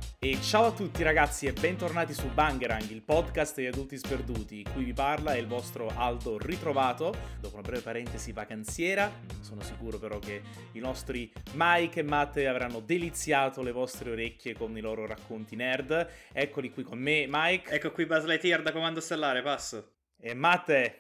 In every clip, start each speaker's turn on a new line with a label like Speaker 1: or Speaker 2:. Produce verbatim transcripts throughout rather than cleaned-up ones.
Speaker 1: E ciao a tutti ragazzi e bentornati su Bangerang, il podcast degli adulti sperduti. Qui vi parla è il vostro Aldo ritrovato, dopo una breve parentesi vacanziera. Sono sicuro però che i nostri Mike e Matte avranno deliziato le vostre orecchie con i loro racconti nerd. Eccoli qui con me, Mike.
Speaker 2: Ecco qui Buzz Lightyear da Comando Stellare, passo.
Speaker 1: E Matte.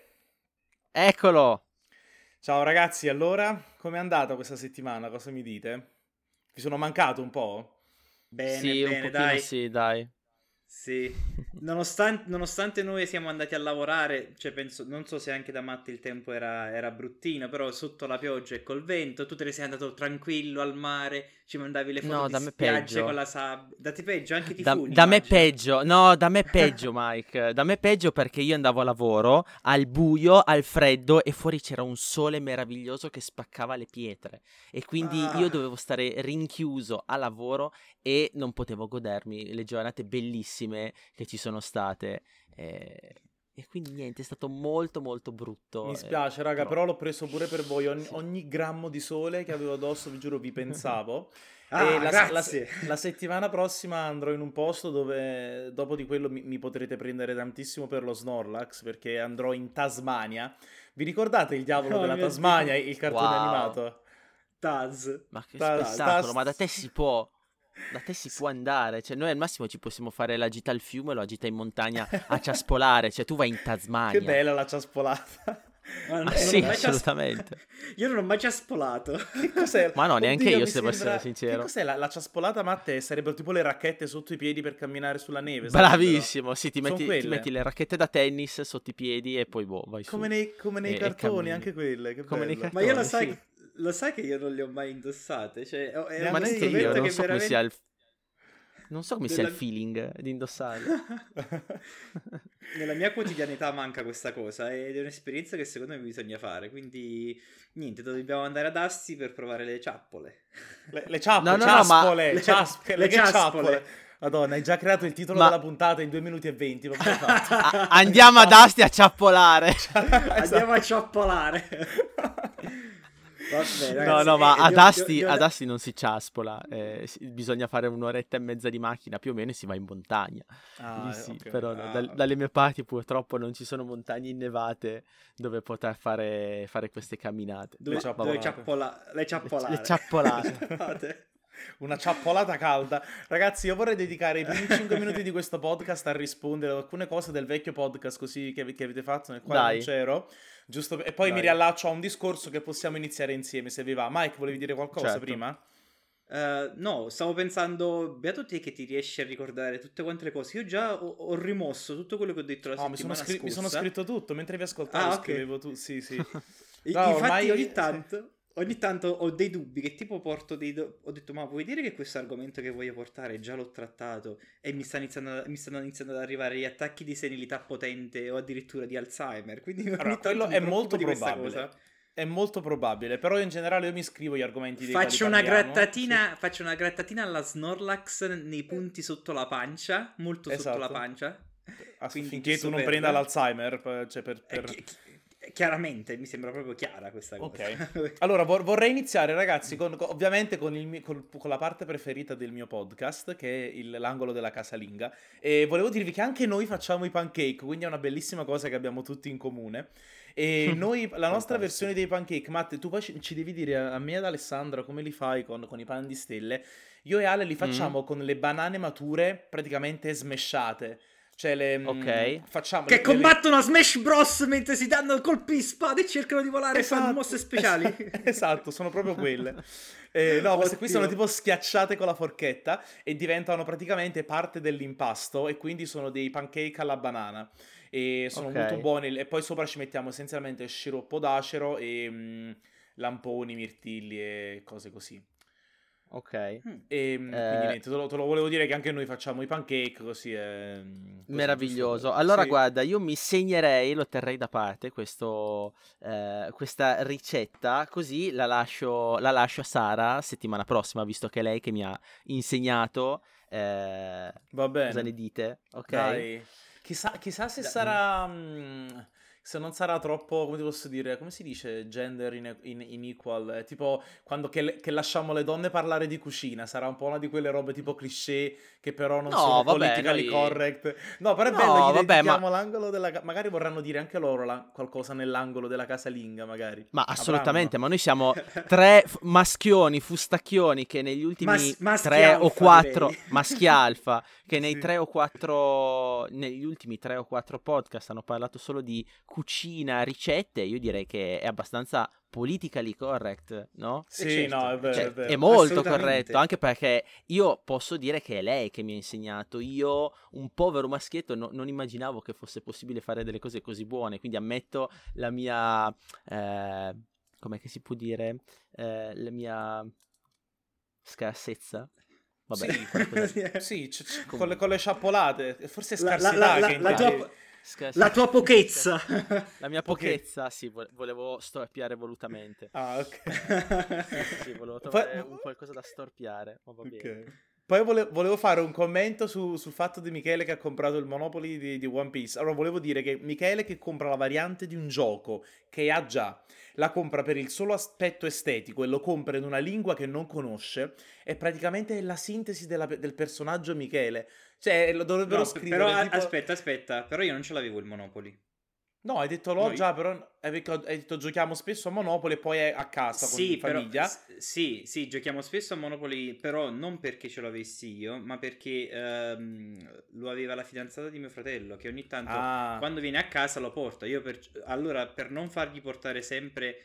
Speaker 3: Eccolo!
Speaker 1: Ciao ragazzi, allora, com'è andata questa settimana? Cosa mi dite? Vi sono mancato un po'?
Speaker 2: Bene,
Speaker 3: sì,
Speaker 2: bene,
Speaker 3: un pochino
Speaker 2: dai.
Speaker 3: sì, dai.
Speaker 2: Sì, nonostante, nonostante noi siamo andati a lavorare, cioè penso, non so se anche da Matte il tempo era, era bruttino, però sotto la pioggia e col vento, tu te ne sei andato tranquillo al mare, ci mandavi le foto
Speaker 3: No,
Speaker 2: di
Speaker 3: da me
Speaker 2: spiagge
Speaker 3: peggio.
Speaker 2: con la sabbia. Da te peggio, anche ti
Speaker 3: Da,
Speaker 2: funi,
Speaker 3: da me
Speaker 2: immagino.
Speaker 3: peggio, no, da me peggio, Mike. Da me peggio perché io andavo a lavoro al buio, al freddo e fuori c'era un sole meraviglioso che spaccava le pietre. E quindi
Speaker 2: Ah.
Speaker 3: io dovevo stare rinchiuso a lavoro e non potevo godermi le giornate bellissime che ci sono state. E, e quindi niente, è stato molto molto brutto.
Speaker 1: Mi spiace, raga,
Speaker 3: però...
Speaker 1: però l'ho preso pure per voi. Ogni,
Speaker 3: Sì.
Speaker 1: ogni grammo di sole che avevo addosso, vi giuro, vi pensavo.
Speaker 2: Ah,
Speaker 1: e la, la,
Speaker 2: grazie.
Speaker 1: la settimana prossima andrò in un posto dove dopo di quello mi, mi potrete prendere tantissimo per lo Snorlax, perché andrò in Tasmania. Vi ricordate il diavolo
Speaker 2: Oh,
Speaker 1: della
Speaker 2: mio
Speaker 1: Tasmania,
Speaker 2: Dio.
Speaker 1: il cartone
Speaker 3: Wow.
Speaker 1: animato?
Speaker 2: Taz.
Speaker 3: Ma che
Speaker 1: Tas-
Speaker 3: spettacolo,
Speaker 1: tas-
Speaker 3: ma da te si può, da te si può andare, cioè noi al massimo ci possiamo fare la gita al fiume e la gita in montagna a ciaspolare, cioè tu vai in Tasmania.
Speaker 1: Che bella la ciaspolata.
Speaker 2: Ma non-
Speaker 3: Ma
Speaker 2: non
Speaker 3: sì,
Speaker 2: ho mai cias-
Speaker 3: assolutamente.
Speaker 2: Io non ho mai ciaspolato.
Speaker 1: Che cos'è?
Speaker 3: Ma no, neanche
Speaker 1: Oddio,
Speaker 3: io,
Speaker 1: mi
Speaker 3: se devo
Speaker 1: sembra-
Speaker 3: essere sincero.
Speaker 1: Che cos'è la, la ciaspolata, Matte? Sarebbero tipo le racchette sotto i piedi per camminare sulla neve.
Speaker 3: Bravissimo, sì, ti
Speaker 1: Son
Speaker 3: metti, ti
Speaker 1: quelle.
Speaker 3: metti le racchette da tennis sotto i piedi e poi boh, vai su.
Speaker 1: Come nei, come nei
Speaker 3: E- e
Speaker 1: cartoni,
Speaker 3: cammini.
Speaker 1: anche quelle. Che
Speaker 3: Come nei
Speaker 1: bello.
Speaker 2: Ma io lo
Speaker 3: cartoni,
Speaker 2: sai,
Speaker 3: sì.
Speaker 2: che- lo sai che io non le ho mai indossate. Cioè, è
Speaker 1: Ma
Speaker 2: uno
Speaker 3: Ma neanche
Speaker 2: strumento
Speaker 3: io, non
Speaker 2: che
Speaker 3: so come
Speaker 2: veramente...
Speaker 3: sia il... Non so come sia il
Speaker 2: Della-
Speaker 3: feeling di indossarle.
Speaker 2: Nella mia quotidianità manca questa cosa ed è un'esperienza che secondo me bisogna fare. Quindi, niente, dobbiamo andare ad Asti per provare le ciappole.
Speaker 1: Le, le ciappole,
Speaker 3: No, no, no, ma-
Speaker 1: ciaspole,
Speaker 2: Le-
Speaker 1: ciaspole,
Speaker 2: le
Speaker 1: che
Speaker 2: ciaspole.
Speaker 1: Madonna, hai già creato il titolo
Speaker 3: Ma-
Speaker 1: della puntata in due minuti e venti. Ma come hai fatto?
Speaker 3: A- andiamo ad Asti a ciappolare.
Speaker 2: Andiamo a ciappolare. Va bene,
Speaker 3: No,
Speaker 2: ragazzi,
Speaker 3: no, ma
Speaker 2: eh,
Speaker 3: ad
Speaker 2: devo-
Speaker 3: Asti,
Speaker 2: devo-
Speaker 3: ad Asti non si ciaspola, eh, si- bisogna fare un'oretta e mezza di macchina più o meno e si va in montagna.
Speaker 1: Ah,
Speaker 3: Lì sì,
Speaker 1: ok.
Speaker 3: però no,
Speaker 2: Ah,
Speaker 3: dal-
Speaker 2: vabbè.
Speaker 3: dalle mie parti purtroppo non ci sono montagne innevate dove poter fare, fare queste camminate.
Speaker 2: Dove,
Speaker 1: Le
Speaker 3: Ma
Speaker 2: dove
Speaker 1: ciappolate.
Speaker 2: ciappola- le ciappolare.
Speaker 3: Le ciappolate.
Speaker 2: Ciappolate.
Speaker 1: Una ciappolata calda. Ragazzi, io vorrei dedicare i primi cinque minuti di questo podcast a rispondere ad alcune cose del vecchio podcast così che, che avete fatto, nel quale
Speaker 3: Dai.
Speaker 1: non c'ero. Giusto, e poi
Speaker 2: Dai.
Speaker 1: mi riallaccio a un discorso che possiamo iniziare insieme, se vi va. Mike, volevi dire qualcosa
Speaker 3: Certo.
Speaker 1: prima?
Speaker 2: Eh, no, stavo pensando, beato te che ti riesci a ricordare tutte quante le cose. Io già ho, ho rimosso tutto quello che ho detto la
Speaker 1: No, mi sono,
Speaker 2: settimana
Speaker 1: scri- mi sono
Speaker 2: scorsa.
Speaker 1: scritto tutto, mentre vi ascoltavo
Speaker 2: Ah, ok.
Speaker 1: scrivevo tu, sì, sì.
Speaker 2: I-
Speaker 1: No,
Speaker 2: Infatti
Speaker 1: ormai-
Speaker 2: ogni tanto, ogni tanto ho dei dubbi che tipo porto dei... do- Ho detto, ma vuoi dire che questo argomento che voglio portare già l'ho trattato e mi, sta iniziando, mi stanno iniziando ad arrivare gli attacchi di senilità potente o addirittura di Alzheimer. Quindi ogni
Speaker 1: Allora,
Speaker 2: tanto
Speaker 1: quello
Speaker 2: mi
Speaker 1: è
Speaker 2: preoccupo
Speaker 1: molto
Speaker 2: di questa
Speaker 1: probabile.
Speaker 2: cosa.
Speaker 1: È molto probabile, però in generale io mi scrivo gli argomenti dei
Speaker 2: Faccio
Speaker 1: quali
Speaker 2: una
Speaker 1: parliamo.
Speaker 2: grattatina, faccio una grattatina alla Snorlax nei punti sotto la pancia, molto sotto
Speaker 1: Esatto.
Speaker 2: la pancia.
Speaker 1: Ass-
Speaker 2: Quindi
Speaker 1: Finché
Speaker 2: giusto
Speaker 1: tu non
Speaker 2: per-
Speaker 1: prenda l'Alzheimer, p- cioè per...
Speaker 2: Eh,
Speaker 1: per-
Speaker 2: chi- chi- chiaramente mi sembra proprio chiara questa cosa.
Speaker 1: Ok. Allora, vor- vorrei iniziare, ragazzi, con, con- ovviamente con, il mio- col- con la parte preferita del mio podcast, che è il- l'angolo della casalinga. E volevo dirvi che anche noi facciamo i pancake, quindi è una bellissima cosa che abbiamo tutti in comune. E noi, la nostra
Speaker 2: Fantastico.
Speaker 1: versione dei pancake, Matte, tu poi ci, ci devi dire a, a me e ad Alessandra come li fai con, con i pan di stelle. Io e Ale li facciamo con le banane mature praticamente smashate. Cioè le... mm,
Speaker 3: Ok.
Speaker 1: Facciamo...
Speaker 2: Che
Speaker 1: le- le-
Speaker 2: combattono a Smash Bros mentre si danno colpi di spada e cercano di volare e fanno
Speaker 1: Esatto,
Speaker 2: mosse speciali.
Speaker 1: es- esatto, sono proprio quelle. Eh, no, queste qui
Speaker 2: Ottimo.
Speaker 1: sono tipo schiacciate con la forchetta e diventano praticamente parte dell'impasto e quindi sono dei pancake alla banana. E sono
Speaker 3: Ok.
Speaker 1: molto buoni e poi sopra ci mettiamo essenzialmente sciroppo d'acero e mm, lamponi, mirtilli e cose così.
Speaker 3: Ok.
Speaker 2: Mm.
Speaker 1: E mm,
Speaker 3: Eh.
Speaker 1: quindi niente, te lo, te lo volevo dire che anche noi facciamo i pancake così è... mm, così,
Speaker 3: Meraviglioso.
Speaker 1: giusto per-
Speaker 3: Allora,
Speaker 1: sì.
Speaker 3: guarda, io mi segnerei, lo terrei da parte, questo, eh, questa ricetta, così la lascio, la lascio a Sara settimana prossima, visto che è lei che mi ha insegnato. eh,
Speaker 1: Va bene.
Speaker 3: cosa ne dite? Ok.
Speaker 1: Dai. Chissà, chissà se
Speaker 2: Dai.
Speaker 1: sarà... mm, se non sarà troppo, come ti posso dire, come si dice gender in, in, inequal, eh, tipo quando che, che lasciamo le donne parlare di cucina, sarà un po' una di quelle robe tipo cliché che però non
Speaker 3: No,
Speaker 1: sono
Speaker 3: vabbè,
Speaker 1: politically
Speaker 3: noi-
Speaker 1: correct. No, però è
Speaker 3: No,
Speaker 1: bello, gli
Speaker 3: vabbè,
Speaker 1: dedichiamo
Speaker 3: ma-
Speaker 1: l'angolo della ca- magari vorranno dire anche loro la- qualcosa nell'angolo della casalinga, magari.
Speaker 3: Ma
Speaker 1: Avranno.
Speaker 3: assolutamente, ma noi siamo tre f- maschioni, fustacchioni che negli ultimi
Speaker 2: Mas- maschi
Speaker 3: tre o
Speaker 2: alfa,
Speaker 3: quattro
Speaker 2: direi.
Speaker 3: maschi alfa che nei
Speaker 1: Sì.
Speaker 3: tre o quattro negli ultimi tre o quattro podcast hanno parlato solo di cucina, ricette. Io direi che è abbastanza politically correct, no?
Speaker 1: Sì,
Speaker 2: certo,
Speaker 1: no, è vero,
Speaker 3: Cioè,
Speaker 1: è vero.
Speaker 3: è molto
Speaker 2: Assolutamente.
Speaker 3: corretto, anche perché io posso dire che è lei che mi ha insegnato. Io, un povero maschietto, no- non immaginavo che fosse possibile fare delle cose così buone, quindi ammetto la mia, eh, com'è che si può dire, Eh, la mia scarsezza. Vabbè,
Speaker 2: Sì.
Speaker 3: qualcosa-
Speaker 1: Sì, c- c-
Speaker 3: Com-
Speaker 1: con, le, con le sciappolate, forse è
Speaker 2: La- la-
Speaker 1: scarsità
Speaker 2: la-
Speaker 1: che
Speaker 2: la
Speaker 1: intendi.
Speaker 2: tua-
Speaker 3: scarsezza.
Speaker 2: La tua pochezza.
Speaker 3: La mia
Speaker 1: Poche-
Speaker 3: pochezza, sì, vo- volevo storpiare volutamente.
Speaker 1: Ah, ok.
Speaker 3: Sì, volevo
Speaker 1: Poi-
Speaker 3: trovare un qualcosa da storpiare, ma va bene.
Speaker 1: Ok. Poi vole- volevo fare un commento su- sul fatto di Michele che ha comprato il Monopoly di, di One Piece. Allora, volevo dire che Michele che compra la variante di un gioco che ha già, la compra per il solo aspetto estetico e lo compra in una lingua che non conosce, è praticamente la sintesi della- del personaggio Michele. Cioè, lo dovrebbero
Speaker 2: No,
Speaker 1: scrivere
Speaker 2: però a-
Speaker 1: tipo-
Speaker 2: aspetta, aspetta, però io non ce l'avevo il Monopoly.
Speaker 1: No, hai detto l'ho
Speaker 2: No,
Speaker 1: già, però hai detto, hai detto giochiamo spesso a Monopoly e poi è a casa con
Speaker 2: Sì, però,
Speaker 1: famiglia.
Speaker 2: s- sì, sì, giochiamo spesso a Monopoly, però non perché ce l'avessi io, ma perché ehm, lo aveva la fidanzata di mio fratello, che ogni tanto
Speaker 1: Ah,
Speaker 2: quando viene a casa lo porta. Io per- allora, per non fargli portare sempre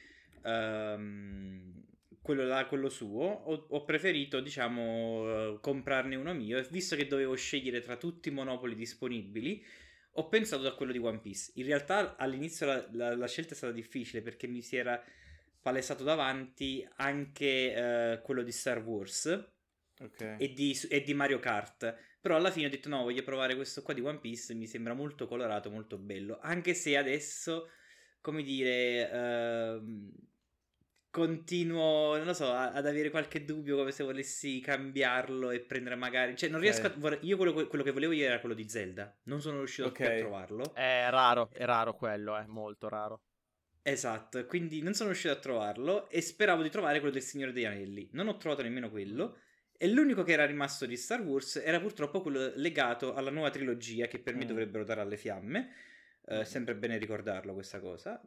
Speaker 2: ehm, quello là, quello suo, ho, ho preferito, diciamo, eh, comprarne uno mio. E visto che dovevo scegliere tra tutti i Monopoli disponibili, ho pensato a quello di One Piece. In realtà all'inizio la, la- la scelta è stata difficile perché mi si era palesato davanti anche eh, quello di Star Wars
Speaker 1: ok.
Speaker 2: e di, e di Mario Kart. Però alla fine ho detto no, voglio provare questo qua di One Piece, mi sembra molto colorato, molto bello. Anche se adesso, come dire, ehm, continuo, non lo so, a- ad avere qualche dubbio come se volessi cambiarlo e prendere magari... Cioè non
Speaker 1: Ok.
Speaker 2: riesco a... vorrei- Io quello, quello che volevo io era quello di Zelda. Non sono riuscito
Speaker 1: Ok.
Speaker 2: più a trovarlo.
Speaker 3: È raro, è raro quello, è molto raro.
Speaker 2: Esatto, quindi non sono riuscito a trovarlo e speravo di trovare quello del Signore degli Anelli. Non ho trovato nemmeno quello. E l'unico che era rimasto di Star Wars era purtroppo quello legato alla nuova trilogia che per me
Speaker 1: Mm.
Speaker 2: dovrebbero dare alle fiamme. Eh, sempre bene ricordarlo questa cosa.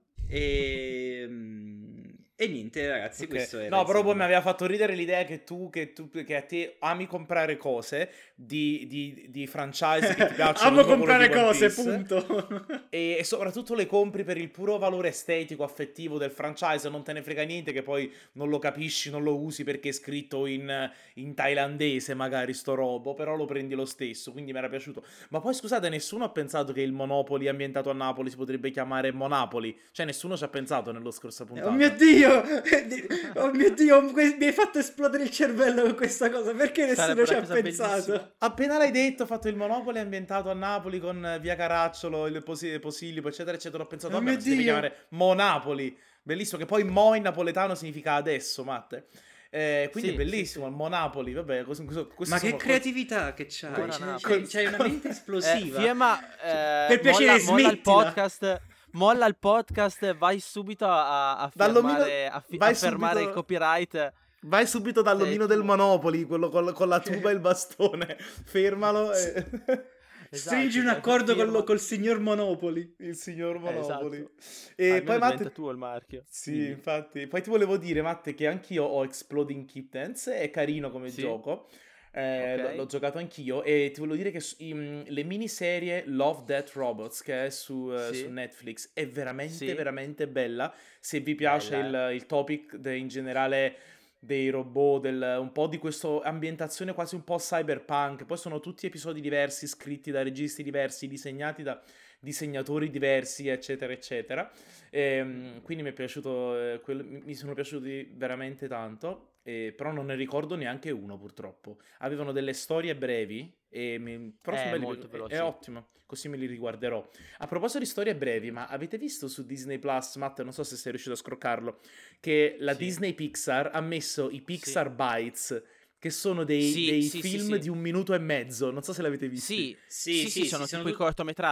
Speaker 2: E, mm, e niente ragazzi,
Speaker 1: Ok.
Speaker 2: questo era
Speaker 1: No, però poi
Speaker 2: insomma.
Speaker 1: mi aveva fatto ridere l'idea che tu, che tu, che a te ami comprare cose di, di, di franchise che ti piacciono.
Speaker 2: Amo
Speaker 1: tipo quello
Speaker 2: comprare
Speaker 1: di One
Speaker 2: cose,
Speaker 1: Piece.
Speaker 2: punto.
Speaker 1: E, e soprattutto le compri per il puro valore estetico, affettivo del franchise, non te ne frega niente che poi non lo capisci, non lo usi perché è scritto in, in thailandese magari sto robo, però lo prendi lo stesso, quindi mi era piaciuto. Ma poi scusate, nessuno ha pensato che il Monopoly ambientato a Napoli si potrebbe chiamare Monapoli? Cioè nessuno ci ha pensato nello scorsa puntata.
Speaker 2: Oh mio Dio! Oh mio Dio, que- mi hai fatto esplodere il cervello con questa cosa. Perché nessuno
Speaker 3: Sarebbe
Speaker 2: ci
Speaker 3: una
Speaker 2: ha
Speaker 3: cosa
Speaker 2: pensato?
Speaker 3: bellissima.
Speaker 1: Appena l'hai detto, ho fatto il Monopoli ambientato a Napoli con eh, via Caracciolo, il Posi- Posillipo, eccetera, eccetera. Ho pensato,
Speaker 2: Oh
Speaker 1: vabbè,
Speaker 2: mio
Speaker 1: ma si deve
Speaker 2: Dio!
Speaker 1: chiamare Monapoli. Bellissimo, che poi Mo in napoletano significa adesso, Matte. Eh, quindi
Speaker 3: Sì,
Speaker 1: è bellissimo,
Speaker 3: sì,
Speaker 1: il Monapoli, vabbè, questo, questo, questi
Speaker 2: Ma che
Speaker 1: sono-
Speaker 2: creatività che c'hai!
Speaker 3: Buona
Speaker 2: C'hai,
Speaker 3: Napoli.
Speaker 2: c'hai- c'hai una mente
Speaker 3: Eh,
Speaker 2: esplosiva.
Speaker 3: Fiemma, eh,
Speaker 2: Per piacere,
Speaker 3: molla, molla il
Speaker 2: smettila.
Speaker 3: podcast. Molla il podcast, vai subito a, a
Speaker 1: Dall'omino-
Speaker 3: fermare, a fi-
Speaker 1: vai
Speaker 3: a fermare
Speaker 1: subito-
Speaker 3: il copyright.
Speaker 1: Vai subito dall'omino
Speaker 3: Sei
Speaker 1: del
Speaker 3: tu.
Speaker 1: Monopoli, quello col- con la tuba e il bastone. Fermalo e...
Speaker 2: Stringi un
Speaker 3: Esatto,
Speaker 2: accordo
Speaker 3: firma.
Speaker 2: col, col signor Monopoli.
Speaker 1: il signor
Speaker 3: Eh,
Speaker 1: Monopoli.
Speaker 3: esatto.
Speaker 1: E
Speaker 3: Almeno
Speaker 1: poi Matte...
Speaker 3: diventa tuo il marchio.
Speaker 1: Sì,
Speaker 3: Dimmi.
Speaker 1: infatti. Poi ti volevo dire, Matte, che anch'io ho Exploding Kittens, è carino come
Speaker 3: Sì.
Speaker 1: gioco. Eh,
Speaker 3: Ok.
Speaker 1: l- l'ho giocato anch'io e ti volevo dire che su- i- le miniserie Love, Death, Robots che è su, eh,
Speaker 3: Sì.
Speaker 1: su Netflix è veramente
Speaker 3: Sì.
Speaker 1: veramente bella se vi piace
Speaker 3: Bella,
Speaker 1: il, il topic de- in generale dei robot, del, un po' di questa ambientazione quasi un po' cyberpunk. Poi sono tutti episodi diversi scritti da registi diversi, disegnati da disegnatori diversi, eccetera eccetera. Ehm, quindi mi è piaciuto, eh, quello- mi mi sono piaciuti veramente tanto, eh, però non ne ricordo neanche uno purtroppo. Avevano delle storie brevi, e mi, però sono
Speaker 3: Eh,
Speaker 1: belli,
Speaker 3: molto
Speaker 1: è-
Speaker 3: veloci.
Speaker 1: è ottimo, così me li riguarderò. A proposito di storie brevi, ma avete visto su Disney Plus, Matt, non so se sei riuscito a scroccarlo, che la
Speaker 3: Sì.
Speaker 1: Disney Pixar ha messo i Pixar Bites, che sono dei,
Speaker 3: Sì,
Speaker 1: dei
Speaker 3: sì, sì,
Speaker 1: film
Speaker 3: sì.
Speaker 1: di un minuto e mezzo, non so se l'avete visto.
Speaker 3: Sì,
Speaker 2: Sì,
Speaker 3: sì,
Speaker 2: sì,
Speaker 3: sì,
Speaker 2: sì,
Speaker 3: sono
Speaker 2: sono
Speaker 3: tipo i
Speaker 2: tu-
Speaker 3: cortometraggi.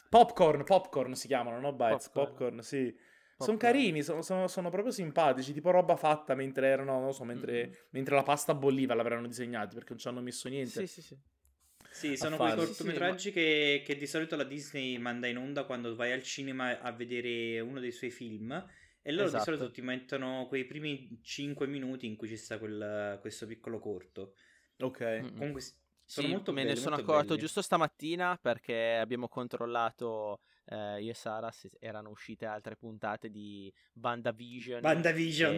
Speaker 1: Popcorn, Popcorn si chiamano, no Bites,
Speaker 3: Popcorn.
Speaker 1: Popcorn, sì.
Speaker 3: Popcorn.
Speaker 1: Sono carini, sono, sono, sono proprio simpatici, tipo roba fatta mentre erano, non lo so, mentre,
Speaker 3: Mm.
Speaker 1: mentre la pasta bolliva l'avranno disegnati, perché non ci hanno messo niente.
Speaker 3: Sì, sì, sì.
Speaker 2: Sì, sono
Speaker 1: a
Speaker 2: quei
Speaker 1: farli.
Speaker 2: cortometraggi che, che di solito la Disney manda in onda quando vai al cinema a vedere uno dei suoi film e loro di
Speaker 3: Esatto.
Speaker 2: solito ti mettono quei primi cinque minuti in cui ci sta quel- questo piccolo corto.
Speaker 1: Ok.
Speaker 3: Mm-mm.
Speaker 2: Comunque s- sono
Speaker 3: Sì,
Speaker 2: molto
Speaker 3: me
Speaker 2: belli,
Speaker 3: ne sono
Speaker 2: molto
Speaker 3: accorto
Speaker 2: belli.
Speaker 3: giusto stamattina perché abbiamo controllato eh, io e Sara se erano uscite altre puntate di WandaVision.
Speaker 2: WandaVision.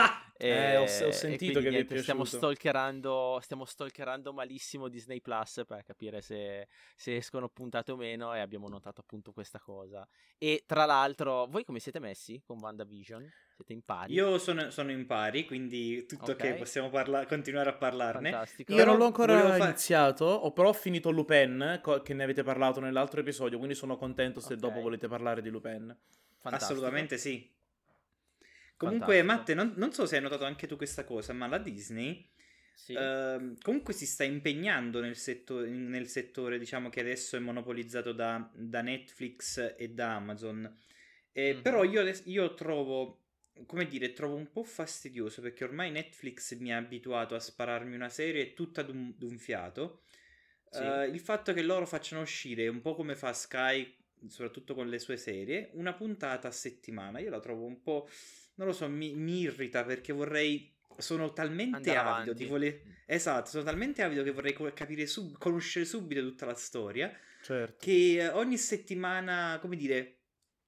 Speaker 3: E,
Speaker 1: Eh, ho- ho
Speaker 3: e
Speaker 1: sentito
Speaker 3: quindi
Speaker 1: che vi è
Speaker 3: niente, stiamo
Speaker 1: piaciuto.
Speaker 3: stalkerando, stiamo stalkerando malissimo Disney Plus per capire se, se escono puntate o meno e abbiamo notato appunto questa cosa. E tra l'altro, voi come siete messi con WandaVision? Siete in pari?
Speaker 2: Io sono, sono in pari, quindi tutto ok,
Speaker 3: Ok.
Speaker 2: possiamo parla- continuare a parlarne.
Speaker 3: Fantastico.
Speaker 1: Io
Speaker 2: Però
Speaker 1: non l'ho ancora
Speaker 2: volevo fa-
Speaker 1: iniziato, ho però finito Lupin, co- che ne avete parlato nell'altro episodio, quindi sono contento se
Speaker 3: Ok.
Speaker 1: dopo volete parlare di Lupin.
Speaker 3: Fantastico.
Speaker 2: Assolutamente sì. Comunque,
Speaker 3: Fantastico.
Speaker 2: Matte, non, non so se hai notato anche tu questa cosa, ma la Disney
Speaker 3: Sì.
Speaker 2: ehm, comunque si sta impegnando nel, setto- nel settore, diciamo che adesso è monopolizzato da, da Netflix e da Amazon. Eh,
Speaker 3: Mhm.
Speaker 2: Però io, ades- io trovo, come dire, trovo un po' fastidioso perché ormai Netflix mi ha abituato a spararmi una serie tutta d'un, d'un fiato.
Speaker 3: Sì.
Speaker 2: Eh, il fatto che loro facciano uscire, un po' come fa Sky, soprattutto con le sue serie, una puntata a settimana, io la trovo un po', non lo so, mi, mi irrita perché vorrei, sono talmente
Speaker 3: Andare
Speaker 2: avido di
Speaker 3: avanti.
Speaker 2: voler, esatto, sono talmente avido che vorrei co- capire, sub- conoscere subito tutta la storia,
Speaker 1: Certo.
Speaker 2: che eh, ogni settimana, come dire,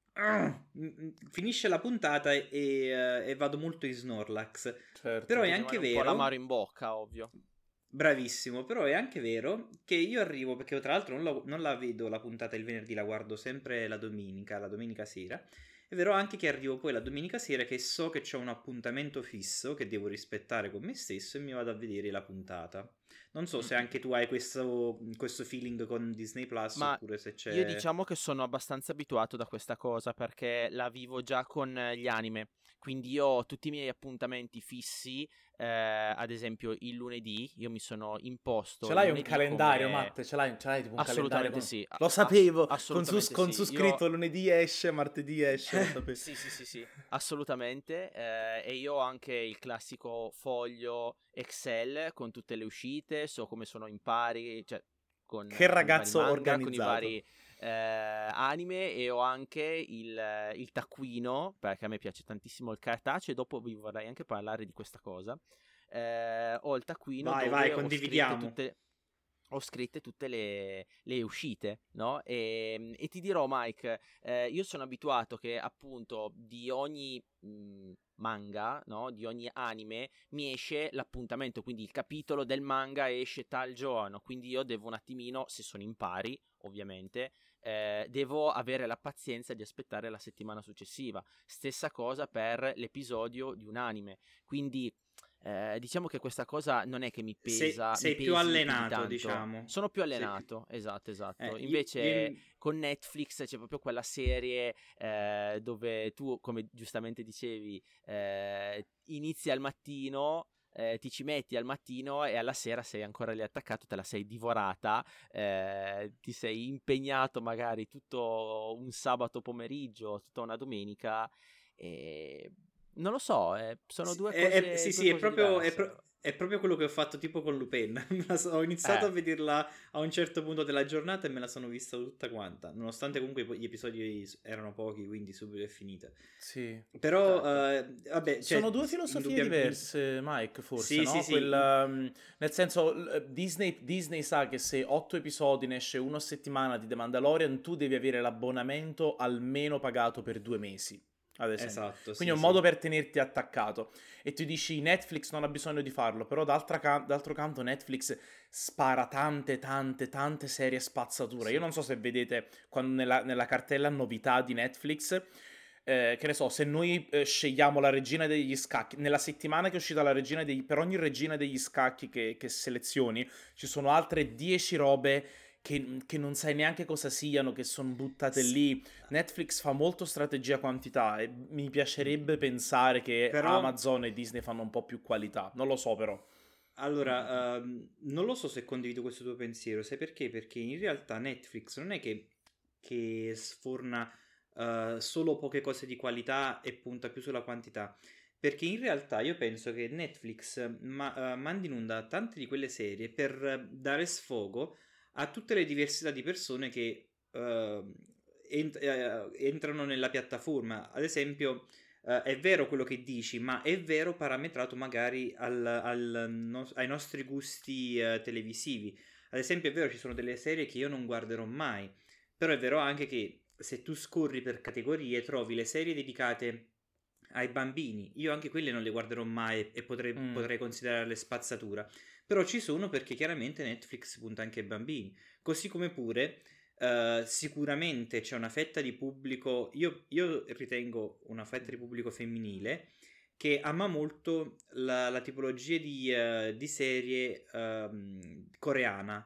Speaker 2: ah, m- m- finisce la puntata e, e, eh, e vado molto in Snorlax.
Speaker 1: Certo.
Speaker 2: Però è
Speaker 3: Ti
Speaker 2: anche
Speaker 3: rimane un po'
Speaker 2: vero,
Speaker 3: l'amaro in bocca, ovvio.
Speaker 2: bravissimo, però è anche vero che io arrivo, perché tra l'altro non la, non la vedo la puntata il venerdì, la guardo sempre la domenica, la domenica sera. È vero anche che arrivo poi la domenica sera che so che c'ho un appuntamento fisso che devo rispettare con me stesso e mi vado a vedere la puntata. Non so se anche tu hai questo, questo feeling con Disney Plus
Speaker 3: Ma
Speaker 2: oppure se c'è...
Speaker 3: io diciamo che sono abbastanza abituato da questa cosa perché la vivo già con eh, gli anime. Quindi io ho tutti i miei appuntamenti fissi, eh, ad esempio il lunedì, io mi sono imposto
Speaker 1: Ce
Speaker 3: il
Speaker 1: l'hai un
Speaker 3: lunedì
Speaker 1: calendario,
Speaker 3: come...
Speaker 1: Matte? Ce l'hai, ce l'hai tipo un
Speaker 3: Assolutamente
Speaker 1: calendario?
Speaker 3: sì.
Speaker 1: Lo
Speaker 3: ass-
Speaker 1: sapevo, con, su,
Speaker 3: assolutamente
Speaker 1: con
Speaker 3: sì.
Speaker 1: su
Speaker 3: Io-
Speaker 1: scritto lunedì esce, martedì esce, lo sapevo.
Speaker 3: Sì, sì, sì, sì, assolutamente. eh, e io ho anche il classico foglio Excel con tutte le uscite, so come sono in pari, cioè con,
Speaker 1: Che
Speaker 3: con i vari
Speaker 1: ragazzo
Speaker 3: manga, con i
Speaker 1: organizzato.
Speaker 3: vari eh, anime e ho anche il, il taccuino, perché a me piace tantissimo il cartaceo e dopo vi vorrei anche parlare di questa cosa. Eh, ho il taccuino
Speaker 2: Vai,
Speaker 3: dove
Speaker 2: vai,
Speaker 3: ho scritte
Speaker 2: condividiamo.
Speaker 3: tutte ho scritte tutte le, le uscite, no? E, e ti dirò, Mike, eh, io sono abituato che appunto di ogni mh, manga, no? Di ogni anime mi esce l'appuntamento, quindi il capitolo del manga esce tal giorno, quindi io devo un attimino, se sono in pari, ovviamente, eh, devo avere la pazienza di aspettare la settimana successiva. Stessa cosa per l'episodio di un anime, quindi... Eh, diciamo che questa cosa non è che mi
Speaker 2: Sei,
Speaker 3: pesa,
Speaker 2: sei
Speaker 3: mi
Speaker 2: più
Speaker 3: pesi più di
Speaker 2: allenato,
Speaker 3: tanto.
Speaker 2: diciamo.
Speaker 3: Sono più
Speaker 2: Sei più-
Speaker 3: allenato, esatto, esatto.
Speaker 2: Eh, io-
Speaker 3: Invece
Speaker 2: io-
Speaker 3: con Netflix c'è proprio quella serie eh, dove tu, come giustamente dicevi, eh, inizi al mattino. Eh, ti ci metti al mattino e alla sera sei ancora lì attaccato, te la sei divorata, eh, ti sei impegnato magari tutto un sabato pomeriggio, tutta una domenica e non lo so, eh, sono
Speaker 2: Sì,
Speaker 3: due
Speaker 2: è,
Speaker 3: cose,
Speaker 2: è- sì,
Speaker 3: due
Speaker 2: sì, è
Speaker 3: cose
Speaker 2: proprio, è,
Speaker 3: diverse.
Speaker 2: pro- è proprio quello che ho fatto tipo con Lupin. Me la so- ho iniziato
Speaker 3: Eh.
Speaker 2: a vederla a un certo punto della giornata e me la sono vista tutta quanta. Nonostante comunque poi gli episodi erano pochi, quindi subito è finita.
Speaker 1: Sì.
Speaker 2: Però,
Speaker 3: Certo.
Speaker 2: eh, vabbè, cioè,
Speaker 1: Sono due filosofie
Speaker 2: indubbiam-
Speaker 1: diverse, Mike, forse,
Speaker 2: Sì,
Speaker 1: no?
Speaker 2: sì, sì.
Speaker 1: Quel, um, nel senso, l- Disney, Disney sa che se otto episodi ne esce uno a settimana di The Mandalorian, tu devi avere l'abbonamento almeno pagato per due mesi, ad esempio.
Speaker 2: Esatto,
Speaker 1: Quindi
Speaker 2: sì,
Speaker 1: è un
Speaker 2: sì.
Speaker 1: modo per tenerti attaccato. E tu dici, Netflix non ha bisogno di farlo, però d'altra ca- d'altro canto Netflix spara tante, tante, tante serie spazzatura.
Speaker 3: Sì.
Speaker 1: Io non so se vedete quando nella, nella cartella novità di Netflix... Eh, che ne so, se noi eh, scegliamo la regina degli scacchi, nella settimana che è uscita la regina degli... per ogni regina degli scacchi che, che selezioni, ci sono altre dieci robe che, che non sai neanche cosa siano, che sono buttate
Speaker 2: S-
Speaker 1: lì. Netflix fa molto strategia quantità e mi piacerebbe pensare che
Speaker 2: Però-
Speaker 1: Amazon e Disney fanno un po' più qualità. Non lo so però.
Speaker 2: Allora, ehm, non lo so se condivido questo tuo pensiero, sai perché? Perché in realtà Netflix non è che che sforna uh, solo poche cose di qualità e punta più sulla quantità. Perché in realtà io penso che Netflix ma, uh, mandi in onda tante di quelle serie per dare sfogo a tutte le diversità di persone che uh, ent- uh, entrano nella piattaforma. Ad esempio, uh, è vero quello che dici, ma è vero parametrato magari al, al no- ai nostri gusti uh, televisivi. Ad esempio, è vero, ci sono delle serie che io non guarderò mai, però è vero anche che se tu scorri per categorie trovi le serie dedicate ai bambini. Io anche quelle non le guarderò mai e potrei,
Speaker 1: Mm.
Speaker 2: potrei considerarle spazzatura. Però ci sono perché chiaramente Netflix punta anche ai bambini. Così come pure uh, sicuramente c'è una fetta di pubblico, io, io ritengo una fetta di pubblico femminile che ama molto la, la tipologia di, uh, di serie um, coreana.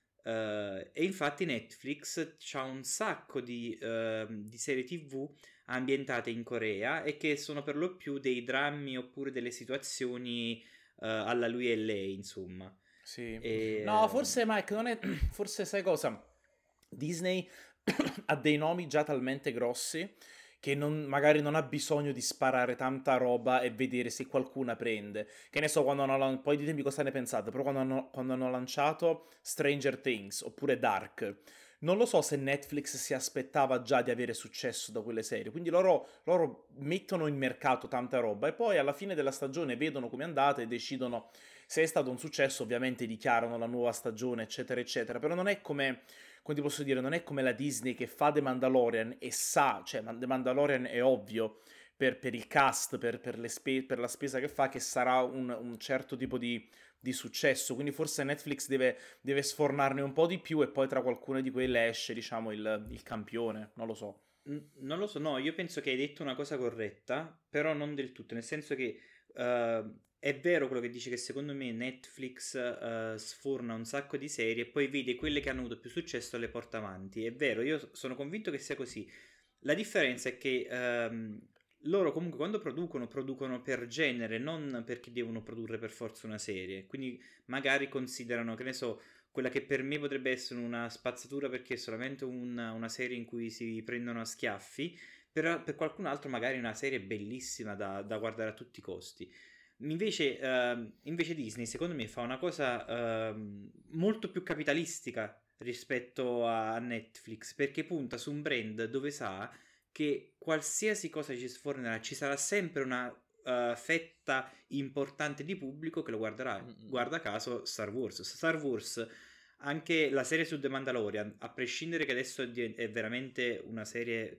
Speaker 2: Uh, e infatti Netflix c'ha un sacco di, uh, di serie tv ambientate in Corea e che sono per lo più dei drammi oppure delle situazioni uh, alla lui e lei, insomma.
Speaker 1: Sì.
Speaker 2: E,
Speaker 1: No,
Speaker 2: uh,
Speaker 1: forse Mike, non è... forse sai cosa? Disney ha dei nomi già talmente grossi che non, magari non ha bisogno di sparare tanta roba e vedere se qualcuna prende. Che ne so, quando hanno, lan- poi ditemi cosa ne pensate, però quando hanno, quando hanno lanciato Stranger Things oppure Dark, non lo so se Netflix si aspettava già di avere successo da quelle serie, quindi loro, loro mettono in mercato tanta roba e poi alla fine della stagione vedono come è andata e decidono se è stato un successo, ovviamente dichiarano la nuova stagione, eccetera, eccetera, però non è come come ti posso dire, non è come la Disney che fa The Mandalorian e sa, cioè The Mandalorian è ovvio per, per il cast, per, per, le spe- per la spesa che fa, che sarà un, un certo tipo di, di successo, quindi forse Netflix deve, deve sfornarne un po' di più e poi tra qualcuna di quelle esce, diciamo, il, il campione, non lo so.
Speaker 2: n- non lo so, no, io penso che hai detto una cosa corretta, però non del tutto, nel senso che uh, è vero quello che dici che secondo me Netflix uh, sforna un sacco di serie e poi vede quelle che hanno avuto più successo e le porta avanti. È vero, io sono convinto che sia così. La differenza è che um, loro comunque quando producono, producono per genere, non perché devono produrre per forza una serie. Quindi magari considerano, che ne so, quella che per me potrebbe essere una spazzatura perché è solamente una, una serie in cui si prendono a schiaffi, per, per qualcun altro magari è una serie bellissima da, da guardare a tutti i costi. Invece, uh, invece Disney secondo me fa una cosa uh, molto più capitalistica rispetto a Netflix, perché punta su un brand dove sa che qualsiasi cosa ci sfornerà ci sarà sempre una uh, fetta importante di pubblico che lo guarderà.
Speaker 3: Mm-mm.
Speaker 2: Guarda caso Star Wars. Star Wars, anche la serie su The Mandalorian, a prescindere che adesso è, di- è veramente una serie,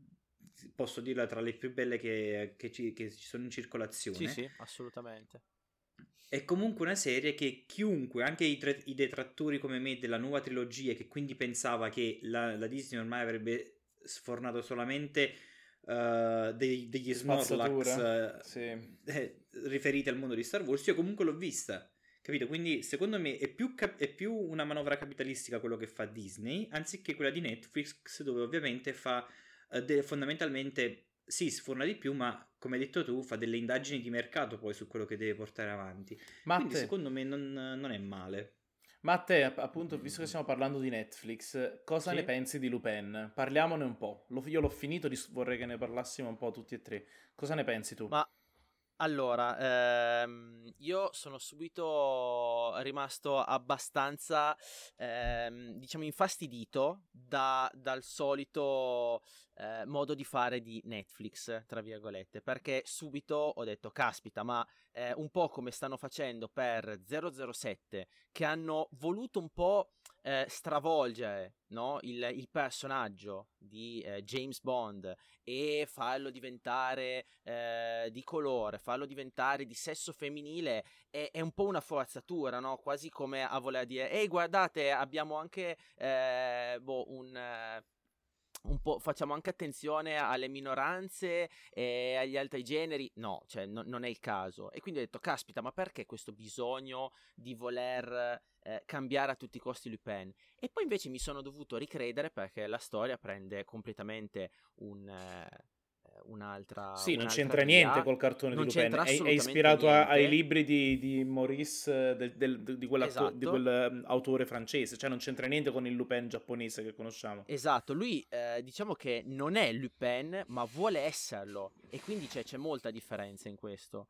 Speaker 2: posso dirla, tra le più belle che, che ci, che ci sono in circolazione.
Speaker 3: Sì, sì, assolutamente.
Speaker 2: È comunque una serie che chiunque, anche i, tre, i detrattori come me della nuova trilogia, che quindi pensava che la, la Disney ormai avrebbe sfornato solamente uh, dei, degli Snorlax uh,
Speaker 1: Sì.
Speaker 2: eh, riferiti al mondo di Star Wars, io comunque l'ho vista, capito? Quindi secondo me è più, cap- è più una manovra capitalistica quello che fa Disney, anziché quella di Netflix, dove ovviamente fa uh, de- fondamentalmente sì, sforna di più, ma come hai detto tu, fa delle indagini di mercato poi su quello che deve portare avanti.
Speaker 1: Ma a
Speaker 2: Quindi
Speaker 1: te,
Speaker 2: secondo me non, non è male.
Speaker 1: ma a te, app- appunto, visto che stiamo parlando di Netflix, cosa ne
Speaker 2: Sì?
Speaker 1: pensi di Lupin? Parliamone un po'. Lo- io l'ho finito, dis- vorrei che ne parlassimo un po' tutti e tre. Cosa ne pensi tu?
Speaker 3: Ma allora, ehm, io sono subito rimasto abbastanza, ehm, diciamo, infastidito da- dal solito eh, modo di fare di Netflix, tra virgolette, perché subito ho detto, caspita, ma eh, un po' come stanno facendo per zero zero sette, che hanno voluto un po' eh, stravolgere, no, il, il personaggio di eh, James Bond e farlo diventare eh, di colore, farlo diventare di sesso femminile è, è un po' una forzatura, no? Quasi come a voler dire, ehi, guardate, abbiamo anche eh, boh, un... Eh, un po', facciamo anche attenzione alle minoranze e agli altri generi. No, cioè no, non è il caso. E quindi ho detto, caspita, ma perché questo bisogno di voler eh, cambiare a tutti i costi Lupin? E poi invece mi sono dovuto ricredere perché la storia prende completamente un, eh, un'altra
Speaker 1: Sì, non
Speaker 3: un'altra
Speaker 1: c'entra
Speaker 3: via.
Speaker 1: niente col cartone
Speaker 3: Non
Speaker 1: di Lupin,
Speaker 3: c'entra
Speaker 1: è, è
Speaker 3: assolutamente
Speaker 1: ispirato a- ai
Speaker 3: niente.
Speaker 1: libri di, di Maurice, eh, del, del- di quell'atto- di
Speaker 3: Esatto.
Speaker 1: quel ehm, autore francese, cioè non c'entra niente con il Lupin giapponese che conosciamo.
Speaker 3: Esatto, lui eh, diciamo che non è Lupin, ma vuole esserlo, e quindi c'è, c'è molta differenza in questo.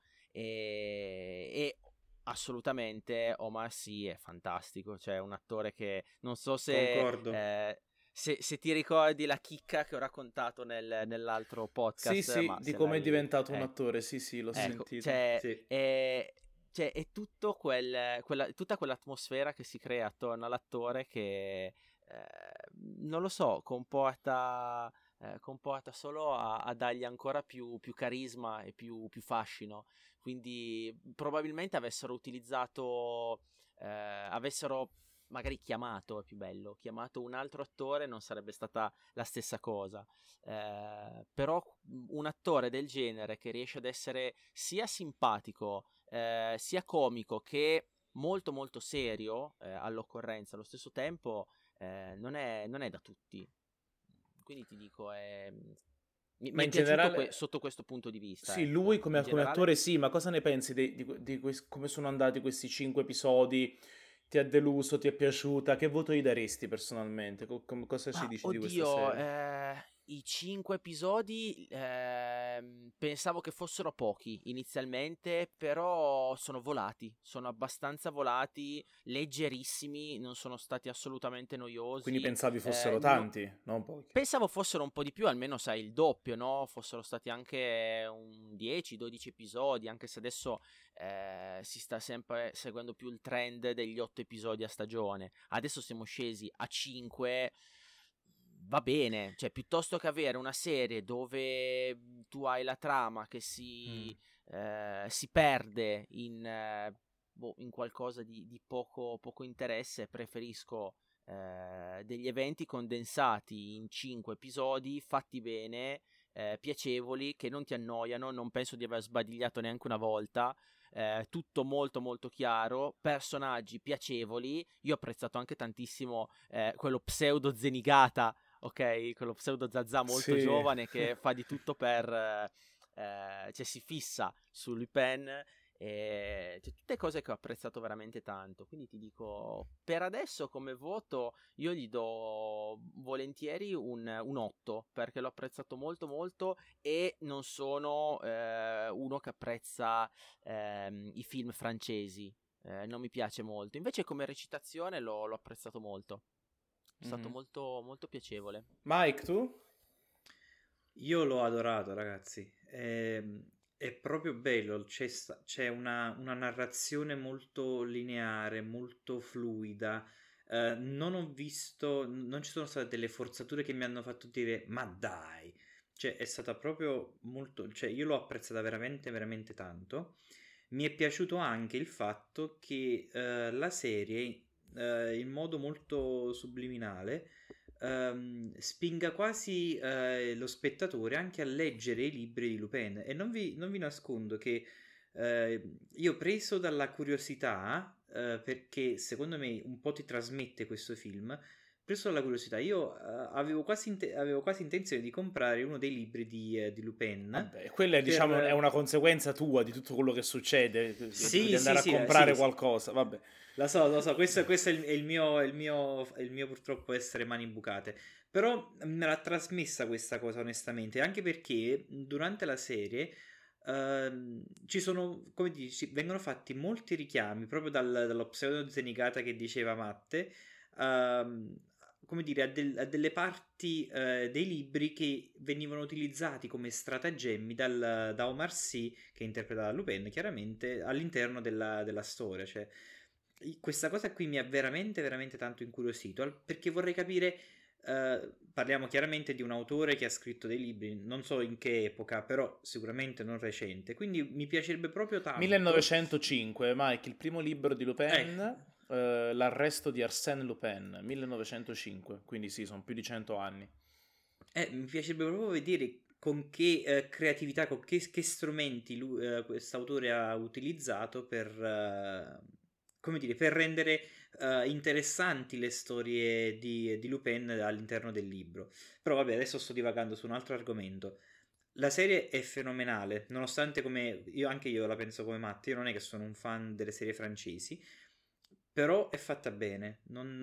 Speaker 3: E, e assolutamente Omar Sy è fantastico, cioè un attore che non so se,
Speaker 2: Concordo.
Speaker 3: eh, se, se ti ricordi la chicca che ho raccontato nel- nell'altro podcast,
Speaker 1: Sì, sì,
Speaker 3: ma
Speaker 1: di
Speaker 3: se
Speaker 1: come è
Speaker 3: l'hai...
Speaker 1: diventato un
Speaker 3: ecco.
Speaker 1: attore, sì, sì, l'ho
Speaker 3: Ecco,
Speaker 1: sentito.
Speaker 3: cioè,
Speaker 2: Sì.
Speaker 3: è, cioè, è tutto quel, quella, tutta quell'atmosfera che si crea attorno all'attore che, eh, non lo so, comporta, eh, comporta solo a, a dargli ancora più, più carisma e più, più fascino. Quindi probabilmente avessero utilizzato, eh, avessero magari chiamato, è più bello, chiamato un altro attore, non sarebbe stata la stessa cosa. Eh, però un attore del genere che riesce ad essere sia simpatico, eh, sia comico che molto molto serio, eh, all'occorrenza allo stesso tempo, eh, non è, non è da tutti. Quindi ti dico, è, mi,
Speaker 1: Ma
Speaker 3: mi è
Speaker 1: in
Speaker 3: piaciuto que-
Speaker 1: generale,
Speaker 3: sotto questo punto di vista.
Speaker 1: sì,
Speaker 3: Ecco.
Speaker 1: lui come,
Speaker 3: In
Speaker 1: come
Speaker 3: generale,
Speaker 1: attore sì, ma cosa ne pensi di, di, di quest- come sono andati questi cinque episodi? Ti ha deluso, ti è piaciuta? Che voto gli daresti personalmente? Co- com- cosa ci
Speaker 3: ma
Speaker 1: dici di questa
Speaker 3: oddio,
Speaker 1: serie?
Speaker 3: eh, i cinque episodi ehm, pensavo che fossero pochi inizialmente, però sono volati, sono abbastanza volati, leggerissimi, non sono stati assolutamente
Speaker 1: Quindi
Speaker 3: noiosi.
Speaker 1: pensavi
Speaker 3: eh,
Speaker 1: fossero
Speaker 3: no-
Speaker 1: tanti, non pochi.
Speaker 3: Pensavo fossero un po' di più, almeno sai il doppio, no? Fossero stati anche un dieci dodici episodi, anche se adesso eh, si sta sempre seguendo più il trend degli otto episodi a stagione. Adesso siamo scesi a cinque, va bene, cioè piuttosto che avere una serie dove tu hai la trama che si,
Speaker 1: Mm.
Speaker 3: eh, si perde in, eh, boh, in qualcosa di, di poco, poco interesse, preferisco eh, degli eventi condensati in cinque episodi, fatti bene, eh, piacevoli, che non ti annoiano, non penso di aver sbadigliato neanche una volta. Eh, tutto molto molto chiaro, personaggi piacevoli. Io ho apprezzato anche tantissimo eh, quello pseudo Zenigata, ok? Quello pseudo Zazà molto
Speaker 1: Sì.
Speaker 3: giovane che fa di tutto per... eh, eh, cioè si fissa su Lupin, e cioè, tutte cose che ho apprezzato veramente tanto. Quindi ti dico, per adesso come voto io gli do volentieri un, un otto, perché l'ho apprezzato molto molto e non sono eh, uno che apprezza ehm, i film francesi. Eh, non mi piace molto. Invece come recitazione l'ho, l'ho apprezzato molto. È stato
Speaker 1: Mhm.
Speaker 3: molto, molto piacevole.
Speaker 1: Mike, tu?
Speaker 2: Io l'ho adorato, ragazzi. Ehm, È, proprio bello. C'è, sta- c'è una, una narrazione molto lineare, molto fluida. Eh, non ho visto, non ci sono state delle forzature che mi hanno fatto dire, ma dai. Cioè, è stata proprio molto. Cioè, io l'ho apprezzata veramente, veramente tanto. Mi è piaciuto anche il fatto che eh, la serie, eh, in modo molto subliminale, ehm, spinga quasi eh, lo spettatore anche a leggere i libri di Lupin. E non vi, non vi nascondo che eh, io, preso dalla curiosità, eh, perché secondo me un po' ti trasmette questo film, preso dalla curiosità, io eh, avevo, quasi inte- avevo quasi intenzione di comprare uno dei libri di, eh, di Lupin.
Speaker 1: Vabbè, quella è,
Speaker 2: per...
Speaker 1: diciamo, è una conseguenza tua di tutto quello che succede, di
Speaker 2: Sì,
Speaker 1: andare
Speaker 2: sì,
Speaker 1: a
Speaker 2: sì, eh,
Speaker 1: comprare
Speaker 2: sì, sì.
Speaker 1: qualcosa, vabbè.
Speaker 2: Lo so, lo so, questo, questo è, il, è il mio, è il mio, è il mio purtroppo essere mani bucate. Però me l'ha trasmessa questa cosa, onestamente, anche perché durante la serie ehm, ci sono, come dici, vengono fatti molti richiami proprio dal, dallo pseudo Zenigata che diceva Matte, ehm, come dire, a, del- a delle parti eh, dei libri che venivano utilizzati come stratagemmi dal, da Omar Sy, che interpretava Lupin, chiaramente all'interno della, della storia. Cioè, i- questa cosa qui mi ha veramente, veramente tanto incuriosito, al- perché vorrei capire. eh, parliamo chiaramente di un autore che ha scritto dei libri, non so in che epoca, però sicuramente non recente. Quindi mi piacerebbe proprio tanto.
Speaker 1: millenovecentocinque, Mike, il primo libro di
Speaker 2: Ecco,
Speaker 1: Lupin, eh, L'arresto di Arsène Lupin, millenovecentocinque, quindi sì, sono più di cento anni.
Speaker 2: eh, mi piacerebbe proprio vedere con che eh, creatività, con che, che strumenti lui, eh, quest'autore ha utilizzato per, eh, come dire, per rendere eh, interessanti le storie di, di Lupin all'interno del libro. Però vabbè, adesso sto divagando su un altro argomento. la serie è fenomenale, nonostante come io anche io la penso come Matt, io non è che sono un fan delle serie francesi, però è fatta bene, non,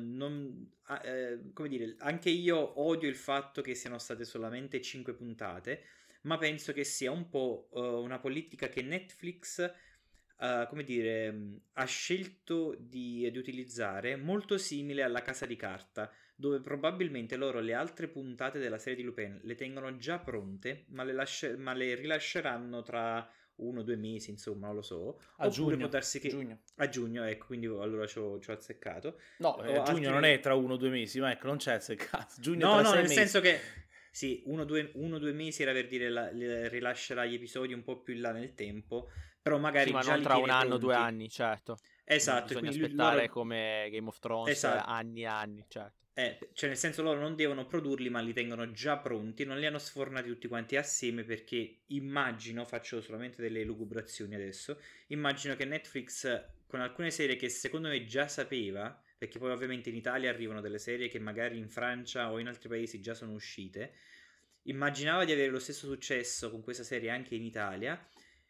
Speaker 2: non eh, come dire, anche io odio il fatto che siano state solamente cinque puntate, ma penso che sia un po' uh, una politica che Netflix Uh, come dire, ha scelto di, di utilizzare, molto simile alla Casa di Carta, dove probabilmente loro le altre puntate della serie di Lupin le tengono già pronte, ma le, lascia- ma le rilasceranno tra uno o due mesi, insomma, non lo so.
Speaker 1: A
Speaker 2: Oppure
Speaker 1: giugno,
Speaker 2: può darsi che...
Speaker 1: giugno.
Speaker 2: A giugno, ecco, quindi allora ci ho azzeccato.
Speaker 1: No, eh,
Speaker 2: O
Speaker 1: giugno
Speaker 2: altri-
Speaker 1: non è tra uno o due mesi, ma ecco, non c'è azzeccato. Giugno
Speaker 2: No,
Speaker 1: tra
Speaker 2: no,
Speaker 1: sei
Speaker 2: nel
Speaker 1: mesi.
Speaker 2: senso che sì, uno o due, uno, due mesi era per dire la, le- rilascerà gli episodi un po' più in là nel tempo, però magari
Speaker 3: Sì, ma
Speaker 2: già
Speaker 3: non
Speaker 2: li
Speaker 3: tra un
Speaker 2: tiene
Speaker 3: anno, due
Speaker 2: pronti.
Speaker 3: anni, certo.
Speaker 2: Esatto,
Speaker 3: Bisogna
Speaker 2: quindi lui-
Speaker 3: aspettare
Speaker 2: loro...
Speaker 3: come Game of Thrones
Speaker 2: Esatto.
Speaker 3: anni e anni, certo.
Speaker 2: Eh, cioè nel senso loro non devono produrli ma li tengono già pronti, non li hanno sfornati tutti quanti assieme perché immagino, faccio solamente delle lucubrazioni adesso, immagino che Netflix con alcune serie che secondo me già sapeva, perché poi ovviamente in Italia arrivano delle serie che magari in Francia o in altri paesi già sono uscite, immaginava di avere lo stesso successo con questa serie anche in Italia,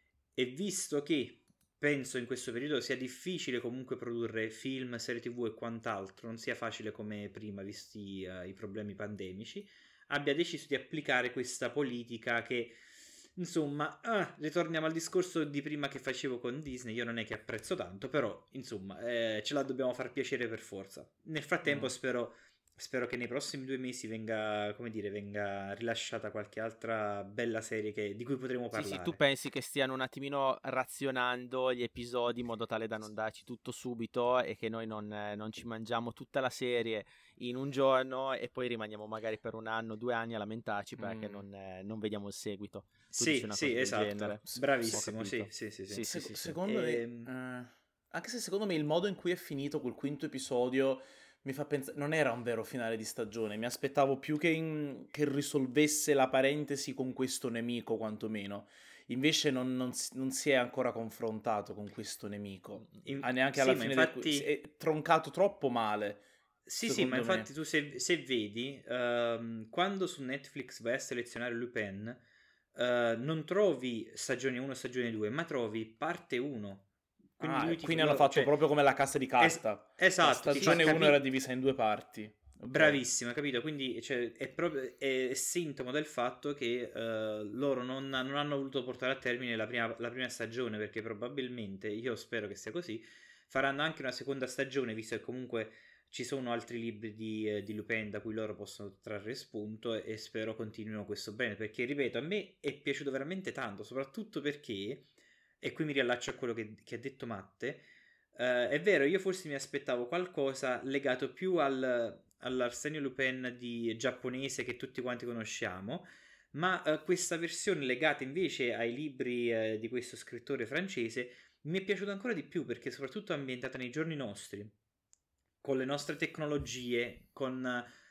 Speaker 2: e visto che penso in questo periodo sia difficile comunque produrre film, serie tv e quant'altro, non sia facile come prima visti uh, i problemi pandemici, abbia deciso di applicare questa politica che, insomma, ah, ritorniamo al discorso di prima che facevo con Disney, io non è che apprezzo tanto, però, insomma, eh, ce la dobbiamo far piacere per forza. Nel frattempo
Speaker 1: Mm.
Speaker 2: spero... Spero che nei prossimi due mesi venga, come dire, venga rilasciata qualche altra bella serie che- di cui potremo
Speaker 3: Sì,
Speaker 2: parlare.
Speaker 3: sì, tu pensi che stiano un attimino razionando gli episodi in modo tale da non darci tutto subito e che noi non, eh, non ci mangiamo tutta la serie in un giorno e poi rimaniamo magari per un anno, due anni a lamentarci perché
Speaker 1: Mm.
Speaker 3: non, eh, non vediamo il seguito. Tu
Speaker 2: Sì,
Speaker 3: dici una
Speaker 2: sì,
Speaker 3: cosa del
Speaker 2: esatto.
Speaker 3: genere?
Speaker 2: Bravissimo,
Speaker 3: Ho
Speaker 2: sì,
Speaker 3: capito.
Speaker 2: sì, sì, sì.
Speaker 3: Sì,
Speaker 1: Se-
Speaker 3: sì, sì.
Speaker 1: secondo
Speaker 2: Ehm.
Speaker 1: me, eh, anche se secondo me il modo in cui è finito quel quinto episodio mi fa pensare, non era un vero finale di stagione, mi aspettavo più che, in- che risolvesse la parentesi con questo nemico, quantomeno. Invece non, non si, non si è ancora confrontato con questo nemico,
Speaker 2: In-
Speaker 1: Ah, neanche
Speaker 2: sì,
Speaker 1: alla
Speaker 2: ma
Speaker 1: fine
Speaker 2: infatti-
Speaker 1: del... si è troncato troppo male.
Speaker 2: Sì, sì, ma
Speaker 1: secondo me.
Speaker 2: infatti tu se, se vedi, ehm, quando su Netflix vai a selezionare Lupin, eh, non trovi stagione uno, stagione due, ma trovi parte uno. Quindi,
Speaker 1: Ah,
Speaker 2: lui ti-
Speaker 1: quindi hanno
Speaker 2: lo-
Speaker 1: fatto
Speaker 2: cioè,
Speaker 1: proprio come la Casa di Carta.
Speaker 2: es- esatto,
Speaker 1: La
Speaker 2: ti fa
Speaker 1: stagione uno
Speaker 2: capi-
Speaker 1: era divisa in due parti. Ok.
Speaker 2: Bravissimo, capito? Quindi cioè, è proprio è, è sintomo del fatto che eh, loro non, non hanno voluto portare a termine la prima, la prima stagione, perché probabilmente, io spero che sia così, faranno anche una seconda stagione, visto che comunque ci sono altri libri di, eh, di Lupin da cui loro possono trarre spunto, e, e spero continuino questo bene, perché ripeto, a me è piaciuto veramente tanto, soprattutto perché, e qui mi riallaccio a quello che, che ha detto Matte, eh, è vero, io forse mi aspettavo qualcosa legato più al, all'Arsenio Lupin di giapponese che tutti quanti conosciamo, ma eh, questa versione legata invece ai libri eh, di questo scrittore francese mi è piaciuta ancora di più, perché soprattutto è ambientata nei giorni nostri, con le nostre tecnologie, con,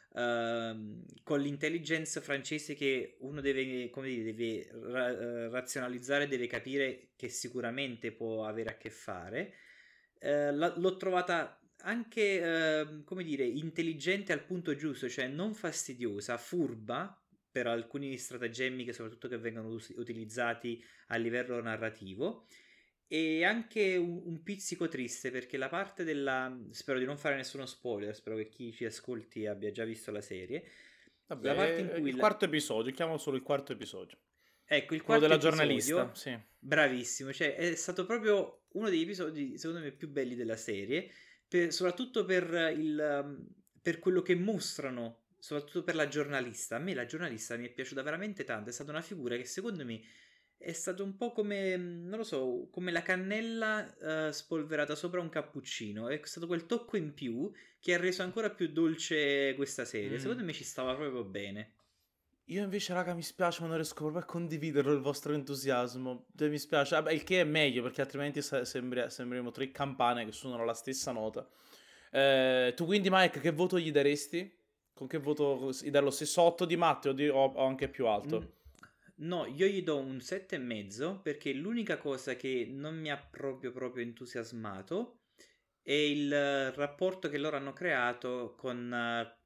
Speaker 2: ehm, con l'intelligence francese che uno deve, come dire, deve ra- eh, razionalizzare, deve capire che sicuramente può avere a che fare. Eh, la- l'ho trovata anche, ehm, come dire, intelligente al punto giusto, cioè non fastidiosa, furba per alcuni stratagemmi che soprattutto che vengono us- utilizzati a livello narrativo, e anche un, un pizzico triste, perché la parte della... spero di non fare nessuno spoiler, spero che chi ci ascolti abbia già visto la serie.
Speaker 1: Vabbè,
Speaker 2: La parte in
Speaker 1: eh,
Speaker 2: cui
Speaker 1: il
Speaker 2: la-
Speaker 1: quarto episodio, chiamo solo il quarto episodio.
Speaker 2: Ecco, il
Speaker 1: Quello
Speaker 2: quarto
Speaker 1: della
Speaker 2: episodio,
Speaker 1: giornalista, sì.
Speaker 2: bravissimo, cioè è stato proprio uno degli episodi secondo me più belli della serie, per- soprattutto per, il, um, per quello che mostrano, soprattutto per la giornalista. A me la giornalista mi è piaciuta veramente tanto, è stata una figura che secondo me è stato un po' come, non lo so, come la cannella eh, spolverata sopra un cappuccino, è stato quel tocco in più che ha reso ancora più dolce questa serie,
Speaker 1: Mm.
Speaker 2: secondo me ci stava proprio bene.
Speaker 1: Io invece, raga, mi spiace, ma non riesco proprio a condividerlo il vostro entusiasmo. Cioè, mi spiace. Vabbè, il che è meglio, perché altrimenti sa- sembri- sembriamo tre campane che suonano la stessa nota. Eh, tu quindi, Mike, che voto gli daresti? Con che voto gli dai lo stesso otto di Matteo o, di- o- o anche più alto?
Speaker 2: Mm, No, io gli do un sette e mezzo, perché l'unica cosa che non mi ha proprio proprio entusiasmato è il eh, rapporto che loro hanno creato con, eh,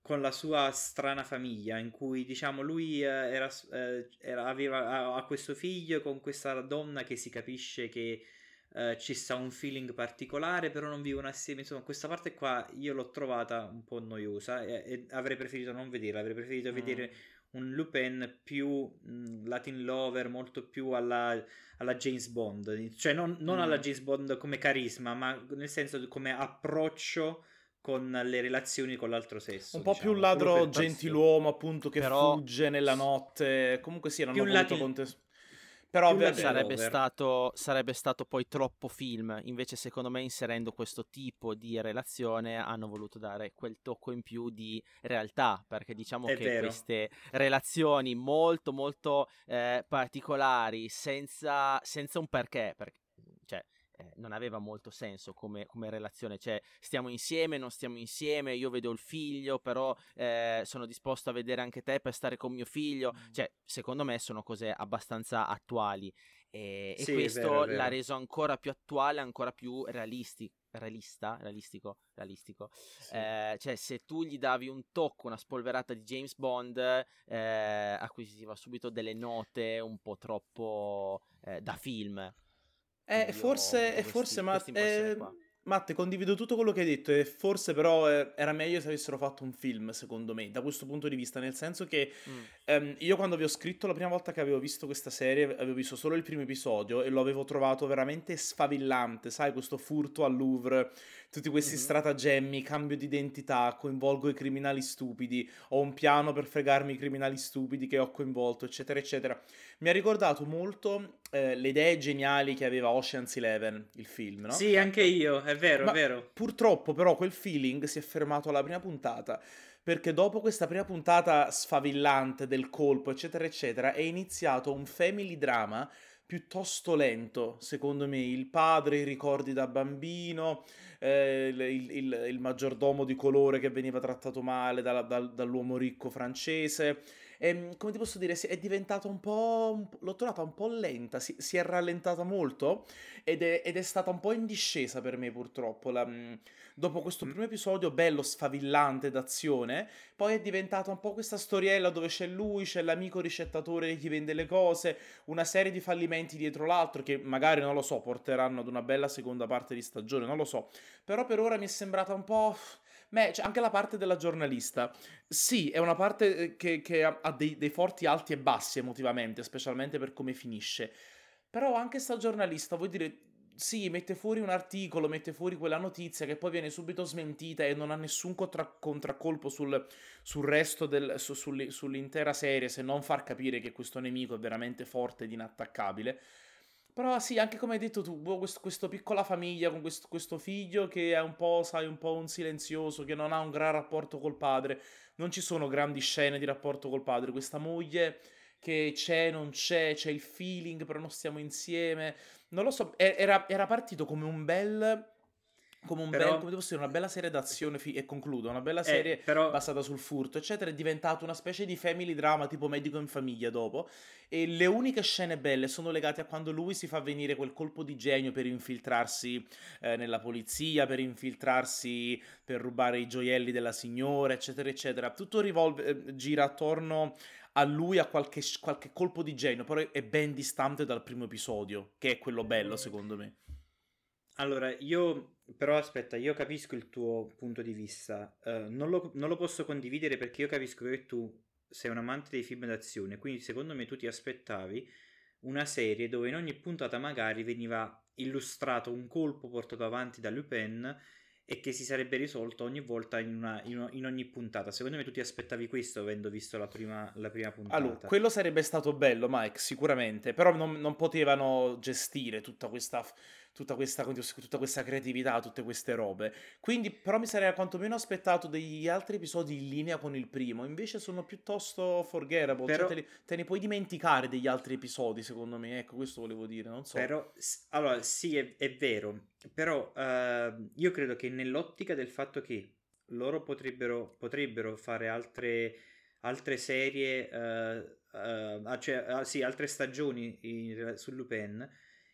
Speaker 2: con la sua strana famiglia, in cui diciamo lui eh, era, eh, era- aveva ha, ha questo figlio con questa donna che si capisce che eh, ci sta un feeling particolare, però non vivono assieme. Insomma, questa parte qua io l'ho trovata un po' noiosa e, e avrei preferito non vederla, avrei preferito
Speaker 3: Mm.
Speaker 2: vedere un Lupin più mh, Latin lover, molto più alla, alla James Bond, cioè non, non
Speaker 1: Mm.
Speaker 2: alla James Bond come carisma, ma nel senso come approccio con le relazioni con l'altro sesso,
Speaker 1: Un po'
Speaker 2: diciamo,
Speaker 1: più
Speaker 2: solo
Speaker 1: ladro
Speaker 2: per questo.
Speaker 1: gentiluomo, appunto, che
Speaker 3: Però-
Speaker 1: fugge nella notte. Comunque sì, non
Speaker 2: Più
Speaker 1: ho
Speaker 2: un
Speaker 1: voluto
Speaker 2: Latin-
Speaker 1: contes- Però
Speaker 2: più
Speaker 1: ve-
Speaker 2: Latin
Speaker 3: sarebbe
Speaker 2: lover.
Speaker 3: stato, sarebbe stato poi troppo film, invece secondo me inserendo questo tipo di relazione hanno voluto dare quel tocco in più di realtà, perché diciamo
Speaker 2: È
Speaker 3: che
Speaker 2: vero.
Speaker 3: queste relazioni molto molto eh, particolari, senza, senza un perché, perché cioè, eh, non aveva molto senso come, come relazione, cioè stiamo insieme, non stiamo insieme, io vedo il figlio, però eh, sono disposto a vedere anche te per stare con mio figlio, cioè secondo me sono cose abbastanza attuali e, e
Speaker 2: Sì, è
Speaker 3: questo
Speaker 2: vero, è
Speaker 3: l'ha
Speaker 2: vero.
Speaker 3: reso ancora più attuale, ancora più realisti- realista, realistico, realistico.
Speaker 2: Sì.
Speaker 3: Eh, cioè se tu gli davi un tocco, una spolverata di James Bond, eh, acquisiva subito delle note un po' troppo eh, da film.
Speaker 1: Eh,
Speaker 3: Quindi io ho
Speaker 1: forse,
Speaker 3: avuto
Speaker 1: e
Speaker 3: questi-
Speaker 1: forse ma-
Speaker 3: questa impressione
Speaker 1: eh,
Speaker 3: qua.
Speaker 1: Matte, condivido tutto quello che hai detto e forse però eh, era meglio se avessero fatto un film, secondo me, da questo punto di vista, nel senso che
Speaker 3: Mm.
Speaker 1: ehm, io quando vi ho scritto la prima volta che avevo visto questa serie, avevo visto solo il primo episodio e lo avevo trovato veramente sfavillante, sai, questo furto al Louvre, tutti questi
Speaker 3: Mhm.
Speaker 1: stratagemmi, cambio di identità, coinvolgo i criminali stupidi, ho un piano per fregarmi i criminali stupidi che ho coinvolto, eccetera, eccetera. Mi ha ricordato molto eh, le idee geniali che aveva Ocean's Eleven, il film, no?
Speaker 2: Sì, anche io, è vero,
Speaker 1: Ma
Speaker 2: è vero.
Speaker 1: purtroppo però quel feeling si è fermato alla prima puntata, perché dopo questa prima puntata sfavillante del colpo, eccetera, eccetera, è iniziato un family drama piuttosto lento, secondo me. Il padre, i ricordi da bambino, eh, il, il- il- il maggiordomo di colore che veniva trattato male dalla- dal- dall'uomo ricco francese. Ehm, come ti posso dire, si- è diventata un po', un po'- l'ho trovata un po' lenta, si, si è rallentata molto ed è, ed è stata un po' in discesa per me purtroppo. La- mh, dopo questo
Speaker 2: Mm.
Speaker 1: primo episodio bello sfavillante d'azione, poi è diventata un po' questa storiella dove c'è lui, c'è l'amico ricettatore che gli vende le cose, una serie di fallimenti dietro l'altro che magari, non lo so, porteranno ad una bella seconda parte di stagione, non lo so. Però per ora mi è sembrata un po'... Beh, c'è anche la parte della giornalista. Sì, è una parte eh, che, che ha ha dei, dei forti alti e bassi emotivamente, specialmente per come finisce. Però anche sta giornalista, vuol dire, sì, mette fuori un articolo, mette fuori quella notizia che poi viene subito smentita e non ha nessun contra- contraccolpo sul, sul resto del, su- sulli- sull'intera serie, se non far capire che questo nemico è veramente forte ed inattaccabile. Però sì, anche come hai detto tu, boh, questo, questo piccola famiglia con questo, questo figlio che è un po', sai, un po' un silenzioso, che non ha un gran rapporto col padre. Non ci sono grandi scene di rapporto col padre. Questa moglie che c'è, non c'è, c'è il feeling, però non stiamo insieme. Non lo so, e- era, era partito come un bel... Come un
Speaker 2: Però-
Speaker 1: bel, come devo dire, una bella serie d'azione, fi- e concludo, una bella
Speaker 2: Eh,
Speaker 1: serie
Speaker 2: però
Speaker 1: basata sul furto, eccetera, è diventato una specie di family drama tipo Medico in famiglia dopo, e le uniche scene belle sono legate a quando lui si fa venire quel colpo di genio per infiltrarsi eh, nella polizia, per infiltrarsi, per rubare i gioielli della signora, eccetera, eccetera. Tutto rivolve, eh, gira attorno a lui, a qualche, qualche colpo di genio, però è ben distante dal primo episodio, che è quello bello secondo me.
Speaker 2: allora, io però aspetta, io capisco il tuo punto di vista, eh, non lo, non lo posso condividere perché io capisco che tu sei un amante dei film d'azione, quindi secondo me tu ti aspettavi una serie dove in ogni puntata magari veniva illustrato un colpo portato avanti da Lupin e che si sarebbe risolto ogni volta in, una- in o- in ogni puntata. Secondo me tu ti aspettavi questo avendo visto la prima, la prima puntata.
Speaker 1: Allora, quello sarebbe stato bello, Mike, sicuramente, però non, non potevano gestire tutta questa, tutta questa, tutta questa creatività, tutte queste robe. Quindi, però mi sarei quantomeno aspettato degli altri episodi in linea con il primo, invece sono piuttosto forgettable,
Speaker 2: Però-
Speaker 1: cioè te, li- te ne puoi dimenticare degli altri episodi, secondo me, ecco, questo volevo dire, non so.
Speaker 2: Però, s- allora, sì, è, è vero, però eh, io credo che nell'ottica del fatto che loro potrebbero, potrebbero fare altre, altre serie, eh, eh, ah, cioè, ah, sì, altre stagioni in- su Lupin,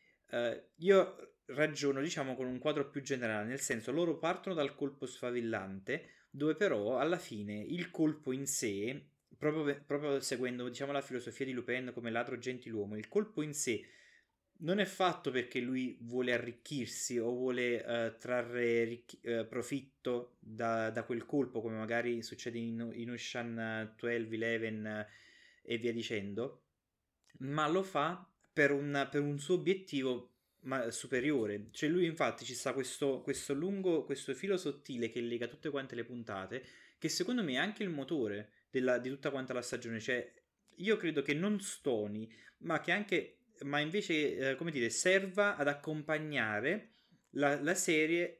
Speaker 2: eh, io ragiono, diciamo, con un quadro più generale, nel senso, loro partono dal colpo sfavillante, dove però alla fine il colpo in sé, proprio, proprio seguendo diciamo la filosofia di Lupin come ladro gentiluomo, il colpo in sé non è fatto perché lui vuole arricchirsi o vuole uh, trarre ricchi- uh, profitto da, da quel colpo, come magari succede in, in Ocean dodici, undici uh, e via dicendo, ma lo fa per un, per un suo obiettivo ma superiore. Cioè lui infatti ci sta questo, questo lungo, questo filo sottile che lega tutte quante le puntate, che secondo me è anche il motore della, di tutta quanta la stagione. Cioè io credo che non stoni, ma che anche ma invece eh, come dire serva ad accompagnare la, la serie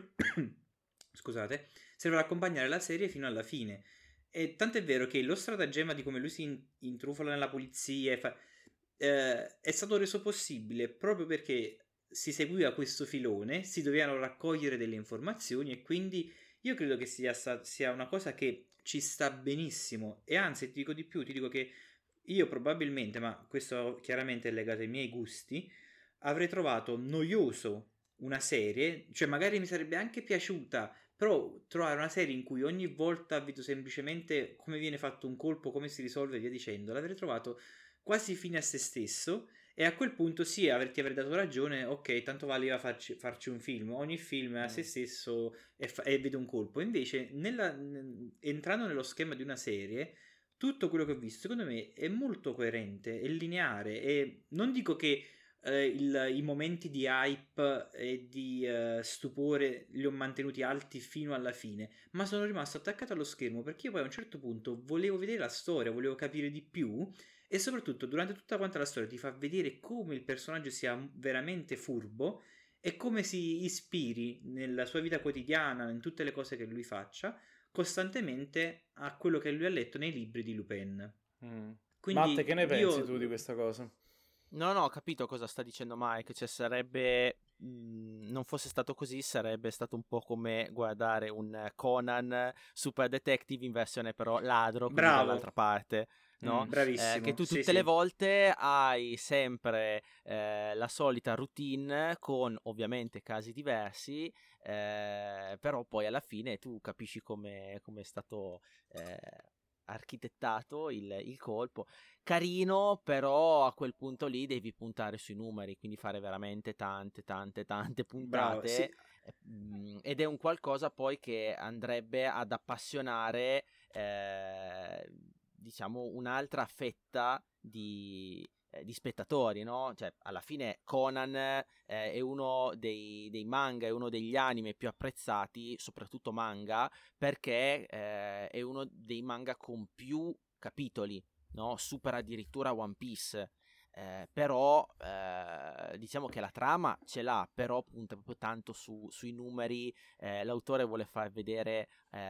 Speaker 2: scusate, serve ad accompagnare la serie fino alla fine. E tanto è vero che lo stratagemma di come lui si in- intrufola nella polizia e fa, eh, è stato reso possibile proprio perché si seguiva questo filone, si dovevano raccogliere delle informazioni e quindi io credo che sia, sta- sia una cosa che ci sta benissimo. E anzi, ti dico di più, ti dico che io probabilmente, ma questo chiaramente è legato ai miei gusti, avrei trovato noioso una serie, cioè magari mi sarebbe anche piaciuta, però trovare una serie in cui ogni volta vedo semplicemente come viene fatto un colpo, come si risolve e via dicendo, l'avrei trovato quasi fine a se stesso. E a quel punto sì, aver- ti avrei dato ragione, ok, tanto valeva farci, farci un film, ogni film è a
Speaker 1: Mm.
Speaker 2: se stesso e, fa- e vede un colpo. Invece, nella- n- entrando nello schema di una serie, tutto quello che ho visto, secondo me, è molto coerente, è lineare e non dico che eh, il- i momenti di hype e di eh, stupore li ho mantenuti alti fino alla fine, ma sono rimasto attaccato allo schermo perché io poi a un certo punto volevo vedere la storia, volevo capire di più e soprattutto durante tutta quanta la storia ti fa vedere come il personaggio sia veramente furbo e come si ispiri nella sua vita quotidiana, in tutte le cose che lui faccia costantemente a quello che lui ha letto nei libri di Lupin.
Speaker 1: Mm. Matte,
Speaker 2: Quindi
Speaker 1: che ne pensi tu di
Speaker 2: io
Speaker 1: questa cosa?
Speaker 3: No, no, ho capito cosa sta dicendo Mike, cioè sarebbe, mh, non fosse stato così, sarebbe stato un po' come guardare un Conan Super Detective in versione però ladro, quindi
Speaker 2: bravo,
Speaker 3: dall'altra parte, no?
Speaker 2: mm,
Speaker 3: Eh, che
Speaker 2: bravissimo,
Speaker 3: tu
Speaker 2: sì
Speaker 3: tutte le
Speaker 2: sì.
Speaker 3: volte hai sempre eh, la solita routine con ovviamente casi diversi, eh, però poi alla fine tu capisci come come è stato eh, architettato il, il colpo. Carino, però a quel punto lì devi puntare sui numeri, quindi fare veramente tante, tante, tante
Speaker 2: Bravo, sì.
Speaker 3: puntate. eh, mm, Ed è un qualcosa poi che andrebbe ad appassionare, eh, diciamo, un'altra fetta di, eh, di spettatori, no? Cioè, alla fine Conan eh, è uno dei, dei manga, è uno degli anime più apprezzati, soprattutto manga, perché eh, è uno dei manga con più capitoli, no? Supera addirittura One Piece. Eh, però eh, diciamo che la trama ce l'ha, però punta proprio tanto su, sui numeri. Eh, l'autore vuole far vedere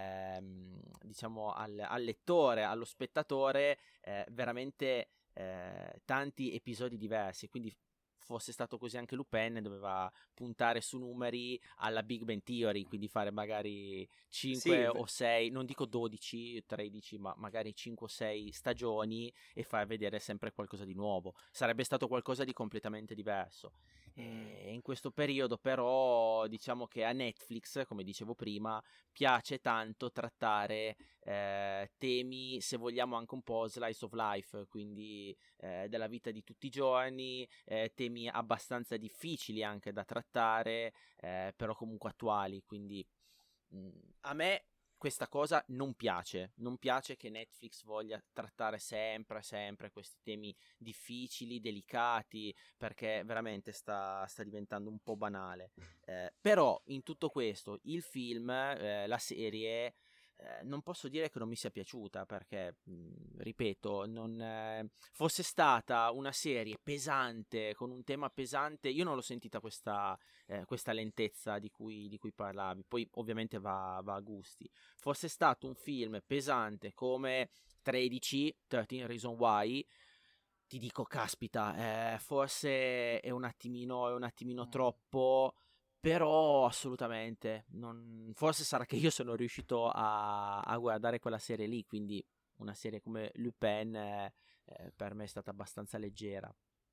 Speaker 3: ehm, diciamo al, al lettore, allo spettatore eh, veramente eh, tanti episodi diversi, quindi fosse stato così anche Lupin doveva puntare su numeri alla Big Bang Theory, quindi fare magari
Speaker 2: Sì,
Speaker 3: cinque
Speaker 2: v-
Speaker 3: o sei, non dico dodici, tredici, ma magari cinque o sei stagioni e far vedere sempre qualcosa di nuovo. Sarebbe stato qualcosa di completamente diverso.
Speaker 1: Mm.
Speaker 3: E in questo periodo però diciamo che a Netflix, come dicevo prima, piace tanto trattare eh, temi, se vogliamo anche un po' slice of life, quindi eh, della vita di tutti i giorni, eh, temi abbastanza difficili anche da trattare, eh, però comunque attuali, quindi mh, a me questa cosa non piace, non piace che Netflix voglia trattare sempre, sempre questi temi difficili, delicati, perché veramente sta, sta diventando un po' banale. Eh, però in tutto questo, il film, eh, la serie, eh, non posso dire che non mi sia piaciuta perché, mh, ripeto, non eh, fosse stata una serie pesante, con un tema pesante, io non l'ho sentita questa, eh, questa lentezza di cui, di cui parlavi, poi ovviamente va, va a gusti. Fosse stato un film pesante come tredici, tredici Reason Why, ti dico, caspita, eh, forse è un attimino, è un attimino
Speaker 1: Mm.
Speaker 3: troppo, però assolutamente, non... forse sarà che io sono riuscito a, a guardare quella serie lì, quindi una serie come Lupin eh, eh, per me è stata abbastanza leggera.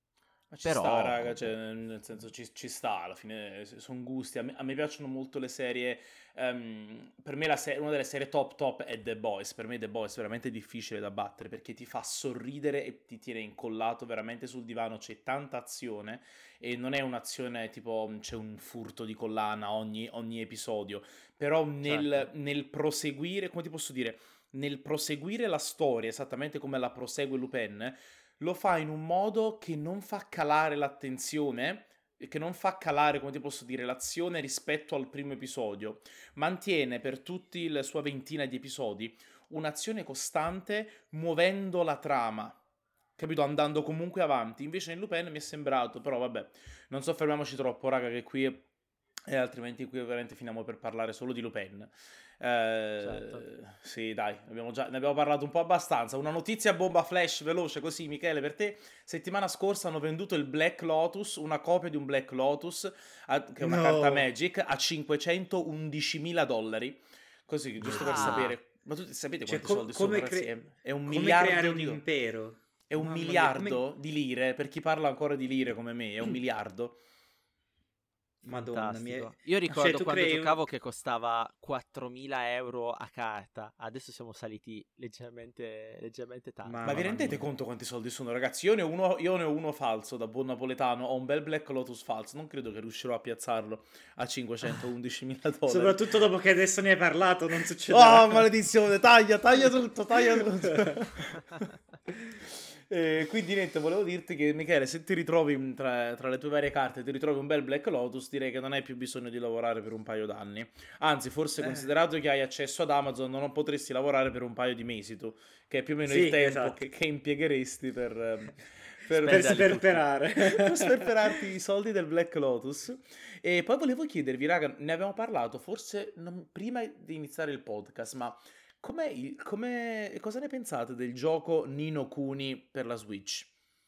Speaker 1: Ma ci
Speaker 3: Però...
Speaker 1: sta, raga, cioè, nel senso ci, ci sta, alla fine sono gusti. A me, a me piacciono molto le serie. ehm, per me la se- una delle serie top top è The Boys. Per me The Boys è veramente difficile da battere perché ti fa sorridere e ti tiene incollato veramente sul divano. C'è tanta azione e non è un'azione tipo c'è un furto di collana ogni, ogni episodio. Però nel,
Speaker 3: Certo.
Speaker 1: nel proseguire, come ti posso dire, nel proseguire la storia esattamente come la prosegue Lupin lo fa in un modo che non fa calare l'attenzione, e che non fa calare, come ti posso dire, l'azione rispetto al primo episodio. Mantiene per tutti la sua ventina di episodi un'azione costante, muovendo la trama. Capito? Andando comunque avanti. Invece in Lupin mi è sembrato, però vabbè, non soffermiamoci troppo, raga, che qui e altrimenti qui veramente finiamo per parlare solo di Lupin.
Speaker 3: Esatto.
Speaker 1: Eh, sì, dai, abbiamo già, ne abbiamo parlato un po' abbastanza. Una notizia bomba flash veloce così, Michele, per te. Settimana scorsa hanno venduto il Black Lotus, una copia di un Black Lotus, a- che è una carta
Speaker 2: No.
Speaker 1: Magic, a cinquecentoundicimila dollari. Così,
Speaker 2: Mio
Speaker 1: giusto per
Speaker 2: Dio.
Speaker 3: Ah,
Speaker 1: sapere. Ma tu sapete
Speaker 2: Cioè,
Speaker 1: quanti
Speaker 2: co-
Speaker 1: soldi sono,
Speaker 2: come,
Speaker 1: ragazzi?
Speaker 2: cre-
Speaker 1: È, è un
Speaker 2: come creare
Speaker 1: miliardo
Speaker 2: un
Speaker 1: di dollari.
Speaker 2: impero?
Speaker 1: È un
Speaker 2: Mamma mia,
Speaker 1: miliardo
Speaker 2: come...
Speaker 1: di lire, per chi parla ancora di lire come me, è un miliardo.
Speaker 2: Madonna mia.
Speaker 3: fantastico. Io
Speaker 2: Cioè,
Speaker 3: ricordo
Speaker 2: tu
Speaker 3: quando
Speaker 2: crei un...
Speaker 3: giocavo che costava quattromila euro a carta. Adesso siamo saliti leggermente, leggermente tanto.
Speaker 1: Ma vi
Speaker 2: Mamma
Speaker 1: rendete
Speaker 2: mia.
Speaker 1: conto quanti soldi sono, ragazzi? Io ne ho uno, io ne ho uno falso da buon napoletano. Ho un bel Black Lotus falso. Non credo che riuscirò a piazzarlo a cinquecentoundicimila dollari.
Speaker 2: Soprattutto dopo che adesso ne hai parlato, non succederà.
Speaker 1: Oh, maledizione! Taglia, taglia tutto, taglia tutto. Eh, quindi niente, volevo dirti che Michele, se ti ritrovi tra, tra le tue varie carte, ti ritrovi un bel Black Lotus, direi che non hai più bisogno di lavorare per un paio d'anni. Anzi, forse
Speaker 2: Eh.
Speaker 1: considerato che hai accesso ad Amazon, non potresti lavorare per un paio di mesi tu, che è più o meno
Speaker 2: Sì,
Speaker 1: il tempo
Speaker 2: esatto.
Speaker 1: che, che impiegheresti per, ehm, per,
Speaker 2: Per
Speaker 3: Spenderli
Speaker 2: sperperare.
Speaker 1: per sperperarti i soldi del Black Lotus. E poi volevo chiedervi, raga, ne abbiamo parlato forse non- prima di iniziare il podcast, ma com'è il- come, cosa ne pensate del gioco Ni no Kuni per la Switch?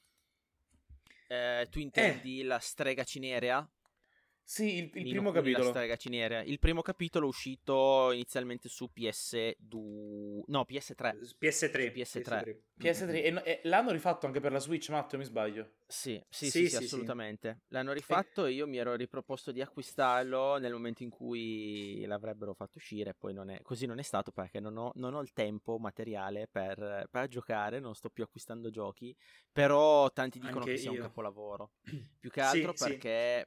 Speaker 3: Eh, tu intendi la strega cinerea?
Speaker 1: Sì, il, il
Speaker 3: Ni no
Speaker 1: primo
Speaker 3: Kuni, la
Speaker 1: capitolo.
Speaker 3: strega cinerea. Il primo capitolo è uscito inizialmente su P S due, no, P S tre.
Speaker 2: P S tre.
Speaker 3: P S tre.
Speaker 1: P S tre, e, e l'hanno rifatto anche per la Switch, Matteo, mi sbaglio?
Speaker 3: Sì, sì,
Speaker 2: Sì,
Speaker 3: sì, sì,
Speaker 2: sì, sì.
Speaker 3: assolutamente. L'hanno rifatto e io mi ero riproposto di acquistarlo nel momento in cui l'avrebbero fatto uscire, poi non è, così non è stato perché non ho, non ho il tempo materiale per, per giocare, non sto più acquistando giochi, però tanti dicono
Speaker 2: Anche
Speaker 3: che sia un
Speaker 2: io.
Speaker 3: capolavoro, più che
Speaker 2: Sì,
Speaker 3: altro
Speaker 2: sì.
Speaker 3: perché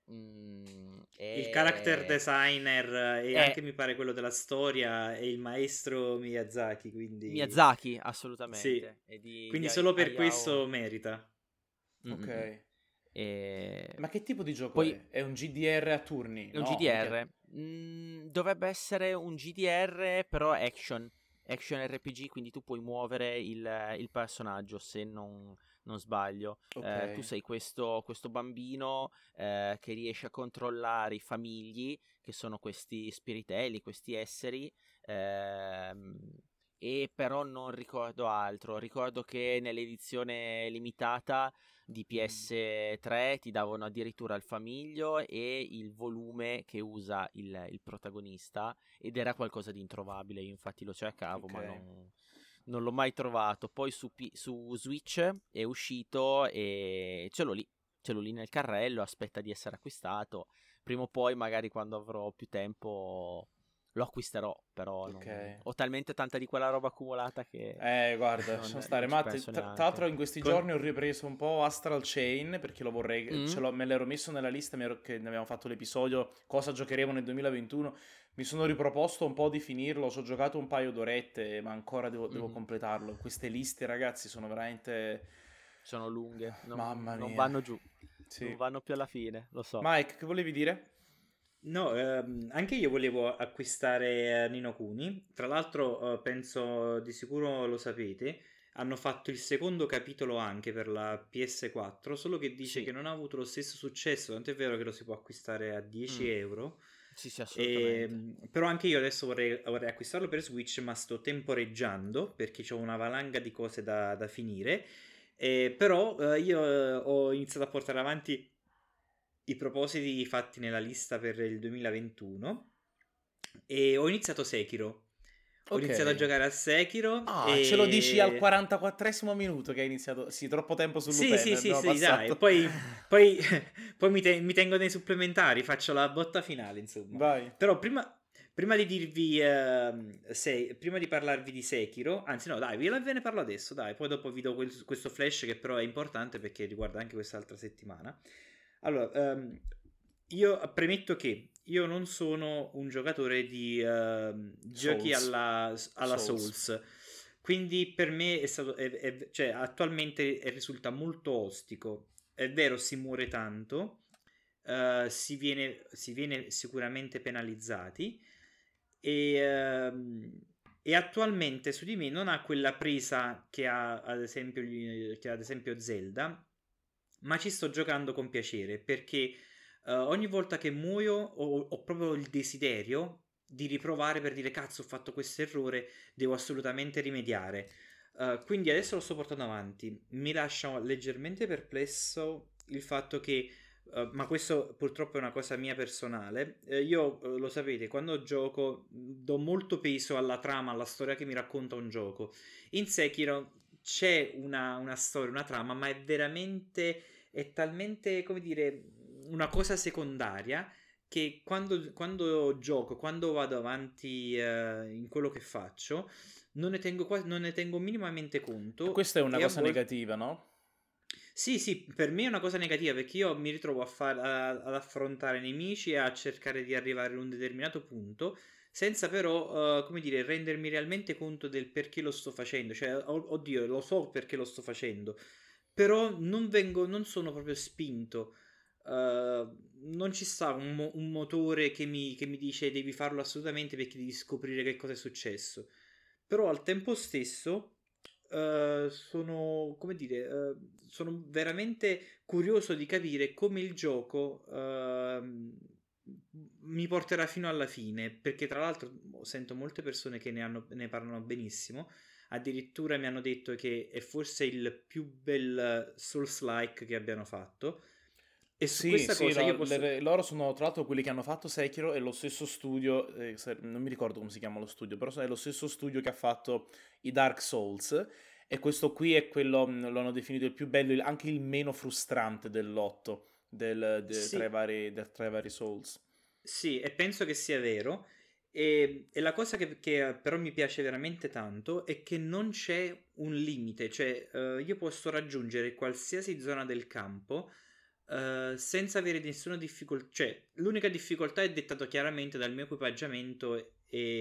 Speaker 3: mm, è...
Speaker 2: Il character designer e
Speaker 3: è-
Speaker 2: anche mi pare quello della storia è il maestro Miyazaki, quindi...
Speaker 3: Miyazaki, assolutamente.
Speaker 2: Sì.
Speaker 3: E di,
Speaker 2: Quindi
Speaker 3: di
Speaker 2: solo per
Speaker 3: Hayao-
Speaker 2: questo merita.
Speaker 3: Mm, mm, mm.
Speaker 1: Ok.
Speaker 3: E...
Speaker 1: Ma che tipo di gioco
Speaker 3: Poi-
Speaker 1: è? È un G D R a turni?
Speaker 3: È un
Speaker 1: No,
Speaker 3: G D R. Mm, dovrebbe essere un G D R, però action. Action R P G, quindi tu puoi muovere il, il personaggio, se non, non sbaglio.
Speaker 1: Ok.
Speaker 3: Eh, tu sei questo, questo bambino eh, che riesce a controllare i famigli, che sono questi spiritelli, questi esseri. ehm, e però non ricordo altro. Ricordo che nell'edizione limitata di P S tre ti davano addirittura il famiglio e il volume che usa il, il protagonista, ed era qualcosa di introvabile. Io infatti lo cercavo,
Speaker 1: Ok.
Speaker 3: ma non, non l'ho mai trovato. Poi su, P- su Switch è uscito e ce l'ho lì, ce l'ho lì nel carrello, aspetta di essere acquistato. Prima o poi, magari quando avrò più tempo, lo acquisterò, però non-
Speaker 1: Ok.
Speaker 3: ho talmente tanta di quella roba accumulata che...
Speaker 1: Eh, guarda,
Speaker 3: Non-
Speaker 1: lasciamo
Speaker 3: non
Speaker 1: stare.
Speaker 3: ci
Speaker 1: Matti,
Speaker 3: penso
Speaker 1: tra,
Speaker 3: neanche.
Speaker 1: tra l'altro in questi
Speaker 2: Con-
Speaker 1: giorni ho ripreso un po' Astral Chain perché lo vorrei,
Speaker 3: Mm.
Speaker 1: ce l'ho- me l'ero messo nella lista, mi ero- che ne abbiamo fatto l'episodio Cosa giocheremo nel duemilaventuno. Mi sono riproposto un po' di finirlo, ci ho giocato un paio d'orette, ma ancora devo, devo
Speaker 3: Mhm.
Speaker 1: completarlo. Queste liste, ragazzi, sono veramente...
Speaker 3: Sono lunghe, non,
Speaker 1: Mamma
Speaker 3: non
Speaker 1: mia.
Speaker 3: vanno giù,
Speaker 1: Sì.
Speaker 3: non vanno più alla fine, lo so.
Speaker 1: Mike, che volevi dire?
Speaker 2: No, ehm, anche io volevo acquistare eh, Ni no Kuni. Tra l'altro, eh, penso di sicuro lo sapete, hanno fatto il secondo capitolo anche per la P S quattro, solo che dice
Speaker 3: Sì.
Speaker 2: che non ha avuto lo stesso successo, tanto è vero che lo si può acquistare a dieci
Speaker 3: Mm.
Speaker 2: euro.
Speaker 3: Sì, sì, assolutamente.
Speaker 2: Ehm, però anche io adesso vorrei, vorrei acquistarlo per Switch, ma sto temporeggiando perché ho una valanga di cose da, da finire. Eh, però eh, io eh, ho iniziato a portare avanti i propositi fatti nella lista per il duemilaventuno e ho iniziato Sekiro. Ho
Speaker 1: Ok.
Speaker 2: iniziato a giocare a Sekiro.
Speaker 1: Ah,
Speaker 2: e...
Speaker 1: ce lo dici al quarantaquattresimo minuto che hai iniziato. Sì, troppo tempo su
Speaker 2: Sì,
Speaker 1: Lupin,
Speaker 2: sì, sì,
Speaker 1: abbiamo
Speaker 2: sì, dai.
Speaker 1: passato.
Speaker 2: Poi, poi, poi mi, te- mi tengo nei supplementari, faccio la botta finale, insomma.
Speaker 1: Vai.
Speaker 2: Però prima, prima di dirvi, ehm, se- prima di parlarvi di Sekiro, anzi no, dai, ve la- ve ne parlo adesso, dai, poi dopo vi do quel- questo flash che però è importante perché riguarda anche quest'altra settimana. Allora, ehm, io premetto che io non sono un giocatore di ehm, giochi
Speaker 1: Souls.
Speaker 2: alla, alla
Speaker 1: Souls.
Speaker 2: Souls. Quindi per me è stato, è- è- cioè attualmente è- risulta molto ostico. È vero, si muore tanto, eh, si viene, si viene sicuramente penalizzati e, ehm, e attualmente su di me non ha quella presa che ha ad esempio, gli- che ha ad esempio Zelda, ma ci sto giocando con piacere perché eh, ogni volta che muoio ho, ho proprio il desiderio di riprovare per dire cazzo ho fatto questo errore, devo assolutamente rimediare. Uh, quindi adesso lo sto portando avanti. Mi lascia leggermente perplesso il fatto che, uh, ma questo purtroppo è una cosa mia personale. Uh, io uh, lo sapete, quando gioco do molto peso alla trama, alla storia che mi racconta un gioco. In Sekiro c'è una, una storia, una trama, ma è veramente, è talmente, come dire, una cosa secondaria che quando, quando gioco, quando vado avanti uh, in quello che faccio non ne tengo, quasi, non ne tengo minimamente conto.
Speaker 1: Questa è una
Speaker 2: e a
Speaker 1: cosa
Speaker 2: volte...
Speaker 1: negativa, no?
Speaker 2: Sì, sì, per me è una cosa negativa perché io mi ritrovo a far, a- ad affrontare nemici e a cercare di arrivare ad un determinato punto senza però, uh, come dire, rendermi realmente conto del perché lo sto facendo. Cioè, o- oddio, lo so perché lo sto facendo, però non vengo, non sono proprio spinto. Uh, non ci sta un, mo- un motore che mi, che mi dice devi farlo assolutamente perché devi scoprire che cosa è successo. Però al tempo stesso eh, sono, come dire, eh, sono veramente curioso di capire come il gioco ehm, mi porterà fino alla fine, perché tra l'altro sento molte persone che ne, hanno, ne parlano benissimo, addirittura mi hanno detto che è forse il più bel Souls-like che abbiano fatto. E su
Speaker 1: Sì,
Speaker 2: questa
Speaker 1: sì,
Speaker 2: cosa io
Speaker 1: no,
Speaker 2: posso...
Speaker 1: le- loro sono tra l'altro quelli che hanno fatto Sekiro e lo stesso studio, eh, se- non mi ricordo come si chiama lo studio, però è lo stesso studio che ha fatto i Dark Souls e questo qui è quello, mh, lo hanno definito il più bello, il- anche il meno frustrante dell'otto, del, de- tra i
Speaker 2: Sì,
Speaker 1: vari, de- tra i vari Souls.
Speaker 2: sì, e penso che sia vero. E, e la cosa che, che però mi piace veramente tanto è che non c'è un limite, cioè eh, io posso raggiungere qualsiasi zona del campo eh, senza avere nessuna difficoltà. Cioè, l'unica difficoltà è dettata chiaramente dal mio equipaggiamento e,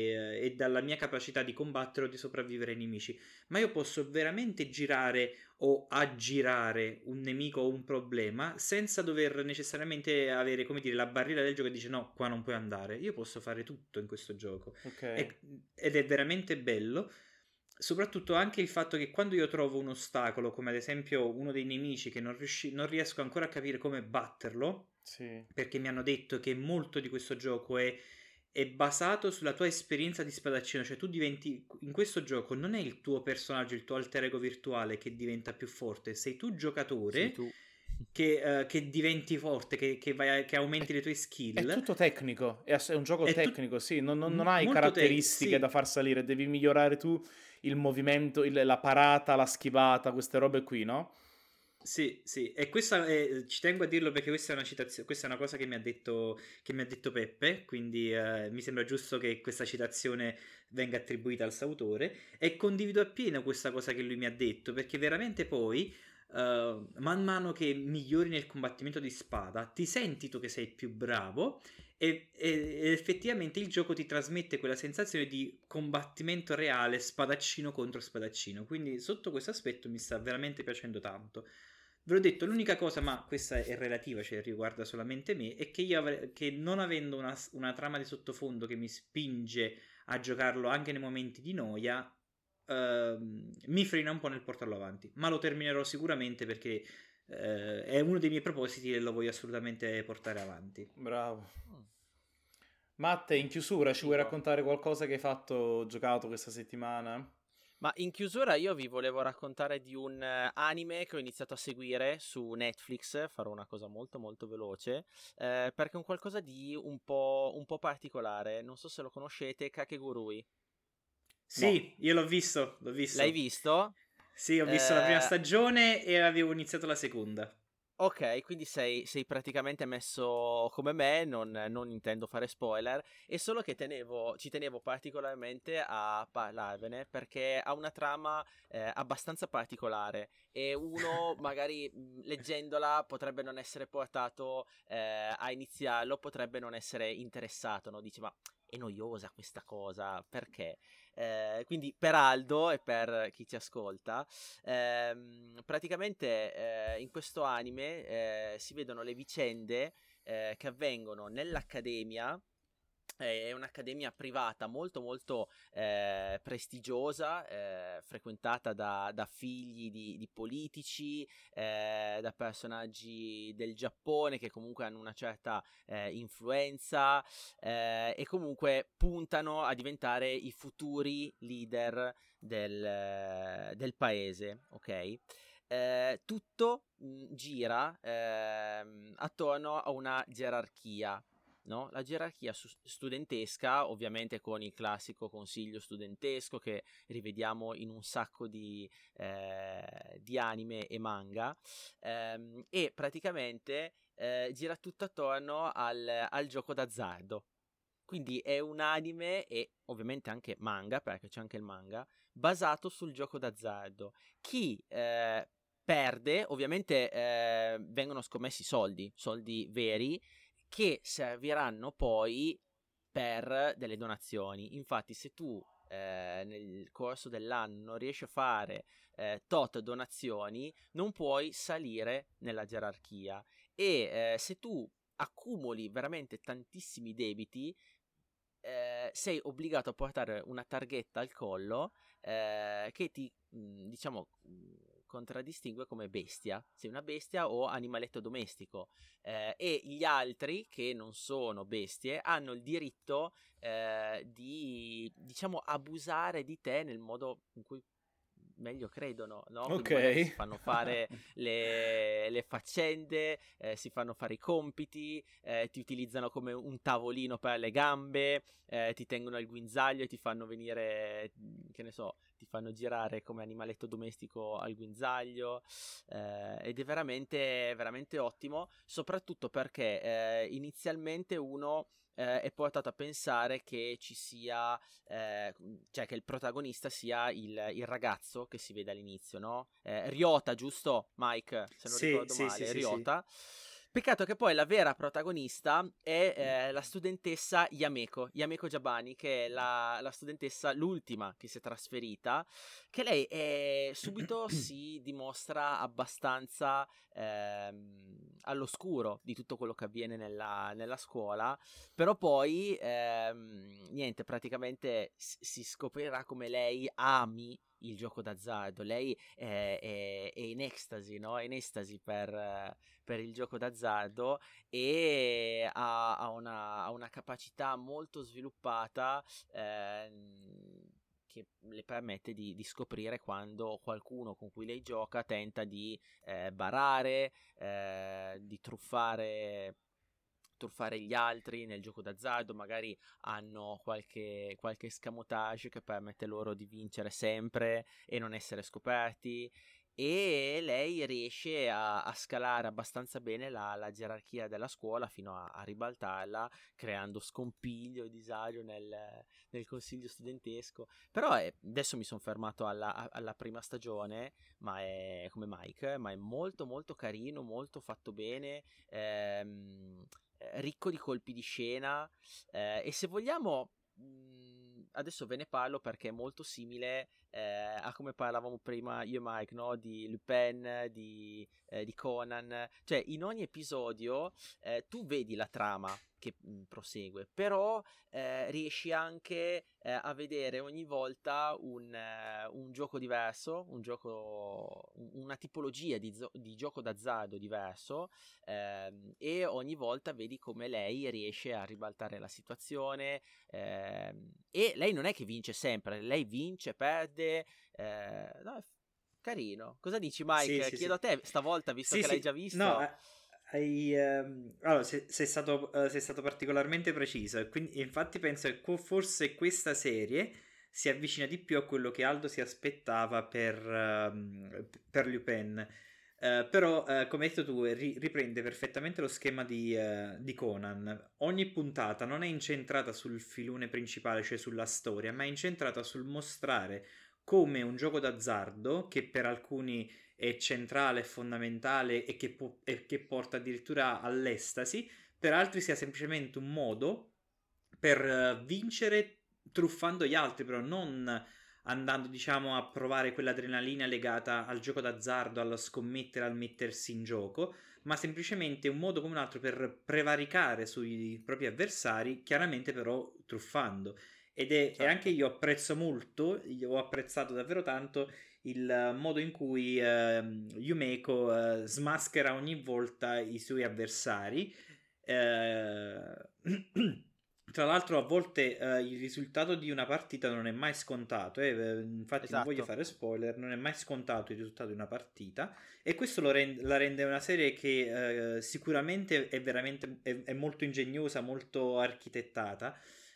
Speaker 2: e dalla mia capacità di combattere o di sopravvivere ai nemici. Ma io posso veramente girare o aggirare un nemico o un problema senza dover necessariamente avere, come dire, la barriera del gioco che dice no, qua non puoi andare. Io posso fare tutto in questo gioco.
Speaker 1: Ok.
Speaker 2: E- ed è veramente bello. Soprattutto anche il fatto che quando io trovo un ostacolo, come ad esempio uno dei nemici che non, riusci- non riesco ancora a capire come batterlo,
Speaker 1: Sì.
Speaker 2: perché mi hanno detto che molto di questo gioco è, è basato sulla tua esperienza di spadaccino, cioè tu diventi, in questo gioco non è il tuo personaggio, il tuo alter ego virtuale che diventa più forte, sei tu
Speaker 3: Sei
Speaker 2: giocatore
Speaker 3: tu.
Speaker 2: che, eh, che diventi forte, che, che vai a- che aumenti
Speaker 1: È,
Speaker 2: le tue
Speaker 1: è
Speaker 2: skill.
Speaker 1: tutto tecnico, è, ass- è un gioco
Speaker 2: È tu-
Speaker 1: tecnico, sì, non, non- non
Speaker 2: m-
Speaker 1: hai
Speaker 2: molto te,
Speaker 1: caratteristiche da
Speaker 2: sì.
Speaker 1: far salire, devi migliorare tu il movimento, il- la parata, la schivata, queste robe qui, no?
Speaker 2: Sì, sì, e questa è- ci tengo a dirlo perché questa è una citazione, questa è una cosa che mi ha detto, che mi ha detto Peppe, quindi eh, mi sembra giusto che questa citazione venga attribuita al sautore e condivido appieno questa cosa che lui mi ha detto perché veramente poi eh, man mano che migliori nel combattimento di spada ti senti tu che sei più bravo e, e- ed effettivamente il gioco ti trasmette quella sensazione di combattimento reale, spadaccino contro spadaccino, quindi sotto questo aspetto mi sta veramente piacendo tanto. Ve l'ho detto, l'unica cosa, ma questa è relativa, cioè riguarda solamente me, è che io avre- che non avendo una, una trama di sottofondo che mi spinge a giocarlo anche nei momenti di noia, ehm, mi frena un po' nel portarlo avanti. Ma lo terminerò sicuramente perché eh, è uno dei miei propositi e lo voglio assolutamente portare avanti.
Speaker 1: Bravo.
Speaker 3: Mm.
Speaker 1: Matte, in chiusura ci vuoi
Speaker 3: Figo.
Speaker 1: raccontare qualcosa che hai fatto, giocato questa settimana?
Speaker 3: Ma in chiusura io vi volevo raccontare di un eh, anime che ho iniziato a seguire su Netflix, farò una cosa molto molto veloce, eh, perché è un qualcosa di un po', un po' particolare, non so se lo conoscete, Kakegurui.
Speaker 2: Sì, no. Io l'ho visto, l'ho visto.
Speaker 3: L'hai visto?
Speaker 2: Sì, ho visto eh... la prima stagione e avevo iniziato la seconda.
Speaker 3: Ok, quindi sei, sei praticamente messo come me, non, non intendo fare spoiler, è solo che tenevo, ci tenevo particolarmente a parlarvene perché ha una trama eh, abbastanza particolare e uno magari leggendola potrebbe non essere portato eh, a iniziarlo, potrebbe non essere interessato, no? Dice ma è noiosa questa cosa, perché? Eh, quindi per Aldo e per chi ci ascolta, ehm, praticamente eh, in questo anime eh, si vedono le vicende eh, che avvengono nell'accademia. È un'accademia privata molto molto eh, prestigiosa, eh, frequentata da, da figli di, di politici, eh, da personaggi del Giappone che comunque hanno una certa eh, influenza eh, e comunque puntano a diventare i futuri leader del, del paese, ok? Eh, tutto mh, gira eh, attorno a una gerarchia. No? La gerarchia su- studentesca, ovviamente con il classico consiglio studentesco che rivediamo in un sacco di, eh, di anime e manga, ehm, e praticamente eh, gira tutto attorno al, al gioco d'azzardo. Quindi è un anime e ovviamente anche manga, perché c'è anche il manga, basato sul gioco d'azzardo. Chi eh, perde, ovviamente eh, vengono scommessi soldi, soldi veri, che serviranno poi per delle donazioni. Infatti se tu eh, nel corso dell'anno non riesci a fare eh, tot donazioni non puoi salire nella gerarchia e eh, se tu accumuli veramente tantissimi debiti eh, sei obbligato a portare una targhetta al collo eh, che ti mh, diciamo mh, contraddistingue come bestia, sei una bestia o animaletto domestico eh, e gli altri che non sono bestie hanno il diritto eh, di diciamo abusare di te nel modo in cui meglio credono, no? Quindi
Speaker 1: Ok.
Speaker 3: magari si fanno fare le, le faccende, eh, si fanno fare i compiti, eh, ti utilizzano come un tavolino per le gambe, eh, ti tengono al guinzaglio e ti fanno venire, che ne so, ti fanno girare come animaletto domestico al guinzaglio eh, ed è veramente, veramente ottimo, soprattutto perché eh, inizialmente uno eh, è portato a pensare che ci sia, eh, cioè che il protagonista sia il, il ragazzo che si vede all'inizio, no? Eh, Ryota, giusto, Mike? Se non
Speaker 2: sì,
Speaker 3: ricordo
Speaker 2: sì,
Speaker 3: male,
Speaker 2: sì,
Speaker 3: Ryota.
Speaker 2: sì.
Speaker 3: Peccato che poi la vera protagonista è eh, la studentessa Yameko, Yameko Jabani, che è la, la studentessa, l'ultima che si è trasferita, che lei è, subito si dimostra abbastanza ehm, all'oscuro di tutto quello che avviene nella, nella scuola, però poi ehm, niente, praticamente s- si scoprirà come lei ami il gioco d'azzardo. Lei è, è, è in estasi, no? È in estasi per, per il gioco d'azzardo e ha, ha, una, ha una capacità molto sviluppata ehm, che le permette di, di scoprire quando qualcuno con cui lei gioca tenta di eh, barare, eh, di truffare truffare gli altri nel gioco d'azzardo, magari hanno qualche, qualche escamotage che permette loro di vincere sempre e non essere scoperti e lei riesce a, a scalare abbastanza bene la, la gerarchia della scuola fino a, a ribaltarla creando scompiglio e disagio nel, nel consiglio studentesco. Però è, adesso mi sono fermato alla, alla prima stagione, ma è come Mike, ma è molto molto carino, molto fatto bene, ehm, ricco di colpi di scena eh, e se vogliamo mh, adesso ve ne parlo perché è molto simile eh, a come parlavamo prima io e Mike, no? Di Lupin, di, eh, di Conan, cioè in ogni episodio eh, tu vedi la trama che mh, prosegue, però eh, riesci anche eh, a vedere ogni volta un, eh, un gioco diverso, un gioco, una tipologia di, zo- di gioco d'azzardo diverso ehm, e ogni volta vedi come lei riesce a ribaltare la situazione ehm, e lei non è che vince sempre, lei vince, perde, eh, no, è carino. Cosa dici Mike?
Speaker 2: Sì, sì,
Speaker 3: Chiedo
Speaker 2: sì.
Speaker 3: a te stavolta visto
Speaker 2: Sì,
Speaker 3: che l'hai
Speaker 2: sì.
Speaker 3: già visto.
Speaker 2: No, eh, hai, ehm, allora, sei, sei stato, eh, sei stato particolarmente preciso e quindi infatti penso che co- forse questa serie si avvicina di più a quello che Aldo si aspettava per, uh, per Lupin. Uh, però, uh, come hai detto tu, ri- riprende perfettamente lo schema di, uh, di Conan. Ogni puntata non è incentrata sul filone principale, cioè sulla storia, ma è incentrata sul mostrare come un gioco d'azzardo, che per alcuni è centrale, è fondamentale e che, po- e che porta addirittura all'estasi, per altri sia semplicemente un modo per uh, vincere truffando gli altri, però non andando, diciamo, a provare quell'adrenalina legata al gioco d'azzardo, allo scommettere, al mettersi in gioco, ma semplicemente un modo come un altro per prevaricare sui propri avversari, chiaramente però truffando. Ed è, certo. E anche io apprezzo molto, io ho apprezzato davvero tanto il modo in cui uh, Yumeko uh, smaschera ogni volta i suoi avversari. Uh... Tra l'altro a volte uh, il risultato di una partita non è mai scontato, eh? Infatti esatto. Non voglio fare spoiler, non è mai scontato il risultato di una partita, e questo lo rende, la rende una serie che uh, sicuramente è veramente è, è molto ingegnosa, molto architettata,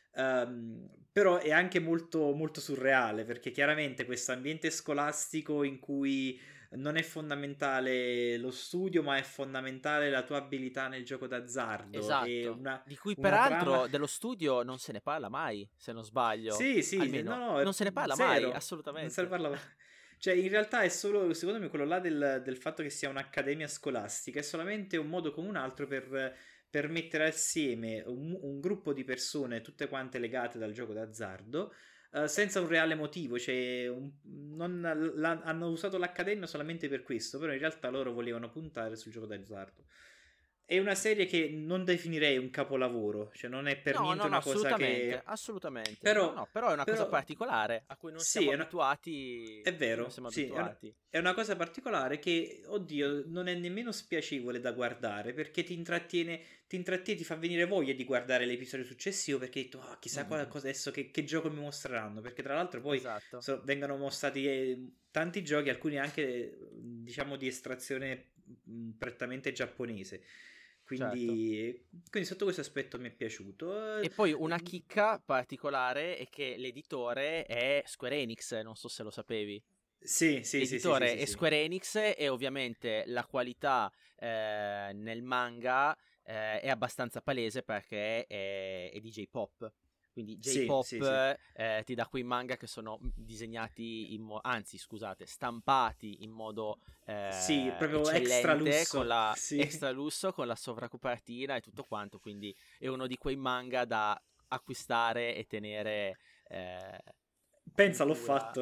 Speaker 2: um, però è anche molto, molto surreale, perché chiaramente questo ambiente scolastico in cui non è fondamentale lo studio, ma è fondamentale la tua abilità nel gioco d'azzardo.
Speaker 3: Esatto,
Speaker 2: e una,
Speaker 3: di cui
Speaker 2: una
Speaker 3: peraltro
Speaker 2: trama...
Speaker 3: dello studio non se ne parla mai, se non sbaglio.
Speaker 2: Sì, sì,
Speaker 3: almeno
Speaker 2: no, no,
Speaker 3: non se ne parla
Speaker 2: zero,
Speaker 3: mai, assolutamente.
Speaker 2: Non se ne parla. Cioè, in realtà è solo, secondo me, quello là del, del fatto che sia un'accademia scolastica, è solamente un modo come un altro per, per mettere assieme un, un gruppo di persone, tutte quante legate dal gioco d'azzardo, Uh, senza un reale motivo, cioè un, non, la, hanno usato l'accademia solamente per questo, però in realtà loro volevano puntare sul gioco d'azzardo. È una serie che non definirei un capolavoro, cioè non è per
Speaker 3: no,
Speaker 2: niente
Speaker 3: no, no,
Speaker 2: una cosa che...
Speaker 3: assolutamente,
Speaker 2: però,
Speaker 3: no, no, però è una
Speaker 2: però...
Speaker 3: cosa particolare a cui non
Speaker 2: sì,
Speaker 3: siamo
Speaker 2: è una...
Speaker 3: abituati.
Speaker 2: È vero,
Speaker 3: non siamo
Speaker 2: sì,
Speaker 3: abituati.
Speaker 2: È, una... è una cosa particolare che, oddio, non è nemmeno spiacevole da guardare, perché ti intrattiene, ti intrattiene, ti fa venire voglia di guardare l'episodio successivo, perché hai detto, oh, chissà mm-hmm. qualcosa adesso, che, che gioco mi mostreranno, perché tra l'altro poi
Speaker 3: esatto.
Speaker 2: so, vengono mostrati eh, tanti giochi, alcuni anche, diciamo, di estrazione mh, prettamente giapponese. Quindi, certo. Quindi sotto questo aspetto mi è piaciuto.
Speaker 3: E poi una chicca particolare è che l'editore è Square Enix, non so se lo sapevi.
Speaker 2: Sì, sì,
Speaker 3: l'editore
Speaker 2: sì, sì, sì,
Speaker 3: è
Speaker 2: sì.
Speaker 3: Square Enix, e ovviamente la qualità eh, nel manga eh, è abbastanza palese perché è, è di J-pop. Quindi J-pop
Speaker 2: sì, sì, sì.
Speaker 3: Eh, ti dà quei manga che sono disegnati in mo- anzi scusate stampati in modo eh,
Speaker 2: sì, proprio
Speaker 3: eccellente,
Speaker 2: extra lusso.
Speaker 3: con la
Speaker 2: sì.
Speaker 3: extra lusso, con la sovracopertina e tutto quanto, quindi è uno di quei manga da acquistare e tenere eh,
Speaker 2: pensa l'ho fatto.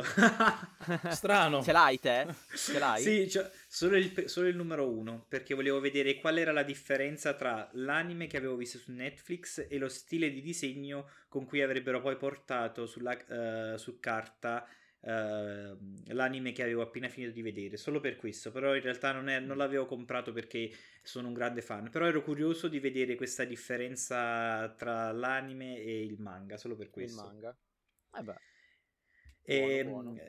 Speaker 1: Strano.
Speaker 3: Ce l'hai te? Ce l'hai?
Speaker 2: Sì, cioè, solo, il, solo il numero uno, perché volevo vedere qual era la differenza tra l'anime che avevo visto su Netflix e lo stile di disegno con cui avrebbero poi portato sulla, uh, su carta uh, l'anime che avevo appena finito di vedere. Solo per questo, però in realtà non, è, non l'avevo comprato perché sono un grande fan, però ero curioso di vedere questa differenza tra l'anime e il manga, solo per questo.
Speaker 3: Il manga? Eh beh.
Speaker 2: E,
Speaker 3: buono, buono.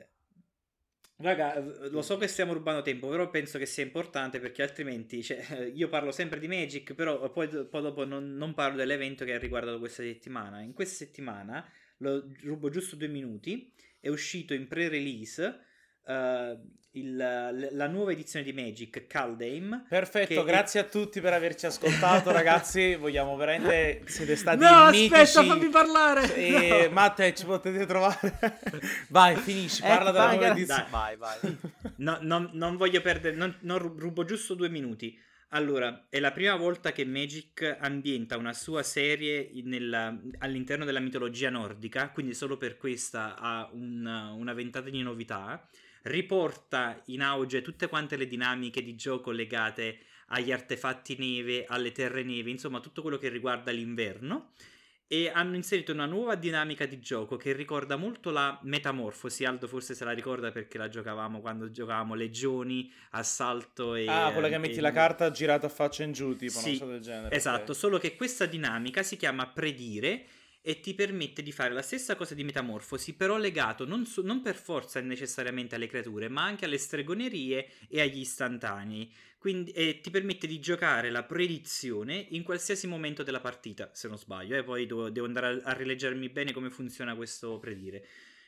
Speaker 2: Raga, lo so che stiamo rubando tempo, però penso che sia importante, perché altrimenti cioè, io parlo sempre di Magic, però poi, poi dopo non, non parlo dell'evento che ha riguardato questa settimana. In questa settimana, lo rubo giusto due minuti, è uscito in pre-release uh, il, la nuova edizione di Magic, Kaldheim.
Speaker 1: Perfetto, grazie è... a tutti per averci ascoltato, ragazzi. Vogliamo veramente, siete stati
Speaker 2: no,
Speaker 1: mitici.
Speaker 2: aspetta, fammi parlare.
Speaker 1: E no. Matte, ci potete trovare. Vai, finisci, parla eh, della nuova edizione.
Speaker 3: Vai, vai.
Speaker 2: No, non, non voglio perdere, non, non rubo giusto due minuti. Allora, è la prima volta che Magic ambienta una sua serie nella, all'interno della mitologia nordica, quindi solo per questa ha una, una ventata di novità. Riporta in auge tutte quante le dinamiche di gioco legate agli artefatti neve, alle terre neve, insomma tutto quello che riguarda l'inverno, e hanno inserito una nuova dinamica di gioco che ricorda molto la Metamorfosi. Aldo forse se la ricorda perché la giocavamo quando giocavamo Legioni, Assalto e...
Speaker 1: Ah, quella che metti
Speaker 2: e...
Speaker 1: la carta girata a faccia in giù, tipo
Speaker 2: sì,
Speaker 1: una cosa del genere.
Speaker 2: Esatto,
Speaker 1: okay.
Speaker 2: Solo che questa dinamica si chiama Predire e ti permette di fare la stessa cosa di Metamorfosi, però legato non, so, non per forza necessariamente alle creature, ma anche alle stregonerie e agli istantanei. Quindi e ti permette di giocare la predizione in qualsiasi momento della partita, se non sbaglio, e eh, poi devo, devo andare a, a rileggermi bene come funziona questo predire.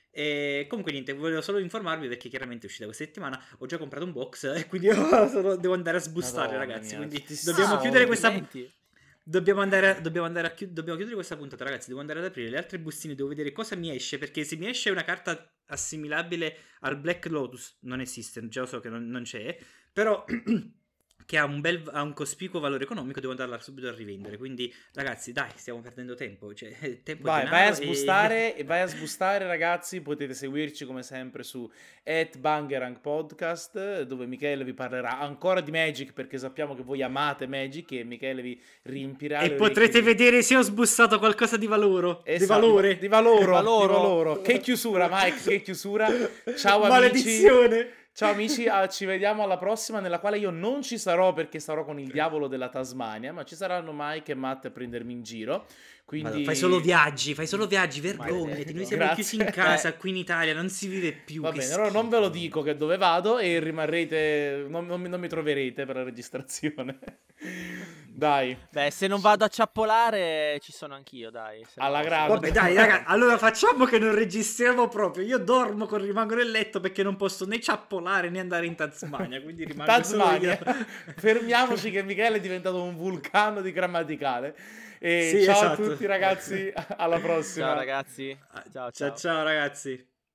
Speaker 2: E comunque niente, volevo solo informarvi perché chiaramente è uscita questa settimana, ho già comprato un box e quindi io solo devo andare a sbustare,
Speaker 1: Madonna
Speaker 2: ragazzi,
Speaker 1: mia,
Speaker 2: quindi
Speaker 1: ti-
Speaker 2: dobbiamo
Speaker 3: Ah,
Speaker 2: chiudere questa
Speaker 3: complimenti.
Speaker 2: dobbiamo andare, a- dobbiamo andare a chiud- dobbiamo chiudere questa puntata, ragazzi, devo andare ad aprire le altre bustine, devo vedere cosa mi esce, perché se mi esce una carta assimilabile al Black Lotus, non esiste, già lo so che non, non c'è, però che ha un bel ha un cospicuo valore economico, devo andarla subito a rivendere. Quindi ragazzi, dai, stiamo perdendo tempo, cioè tempo
Speaker 1: Vai,
Speaker 2: è
Speaker 1: vai a
Speaker 2: denaro e-
Speaker 1: sbustare e vai a sbustare, ragazzi. Potete seguirci come sempre su at Bangerang Podcast, dove Michele vi parlerà ancora di Magic, perché sappiamo che voi amate Magic e Michele vi riempirà
Speaker 2: E
Speaker 1: le
Speaker 2: potrete
Speaker 1: orecchie di-
Speaker 2: vedere se ho sbussato qualcosa di valore. Di
Speaker 1: Esatto,
Speaker 2: valore.
Speaker 1: di, di valoro,
Speaker 3: Di valoro.
Speaker 1: di valoro. Che chiusura, Mike, che chiusura. Ciao amici.
Speaker 2: Maledizione.
Speaker 1: Ciao amici, ah, ci vediamo alla prossima, nella quale io non ci sarò perché sarò con il diavolo della Tasmania, ma ci saranno Mike e Matt a prendermi in giro. Quindi
Speaker 2: Madonna, fai solo viaggi, fai solo viaggi,
Speaker 3: Maledetto.
Speaker 2: vergognati. Noi siamo
Speaker 1: Grazie.
Speaker 2: chiusi in casa qui in Italia, non si vive più.
Speaker 1: Va
Speaker 2: che
Speaker 1: bene, allora non ve
Speaker 2: schifo.
Speaker 1: lo dico che dove vado e rimarrete, non, non mi- non mi troverete per la registrazione. Dai,
Speaker 3: Beh, se non vado a ciappolare, ci sono anch'io, dai. Se no-
Speaker 1: Alla
Speaker 3: se
Speaker 1: grande.
Speaker 3: vado-
Speaker 2: Vabbè, dai, raga, allora facciamo che non registriamo proprio. Io dormo con rimango nel letto perché non posso né ciappolare né andare in Tasmania, quindi rimango solo
Speaker 1: Tasmania.
Speaker 2: io.
Speaker 1: Fermiamoci che Michele è diventato un vulcano di grammaticale. E
Speaker 2: Sì,
Speaker 1: ciao
Speaker 2: esatto.
Speaker 1: a tutti ragazzi, alla prossima.
Speaker 3: Ciao ragazzi. Ciao, ciao.
Speaker 2: Ciao, ciao ragazzi.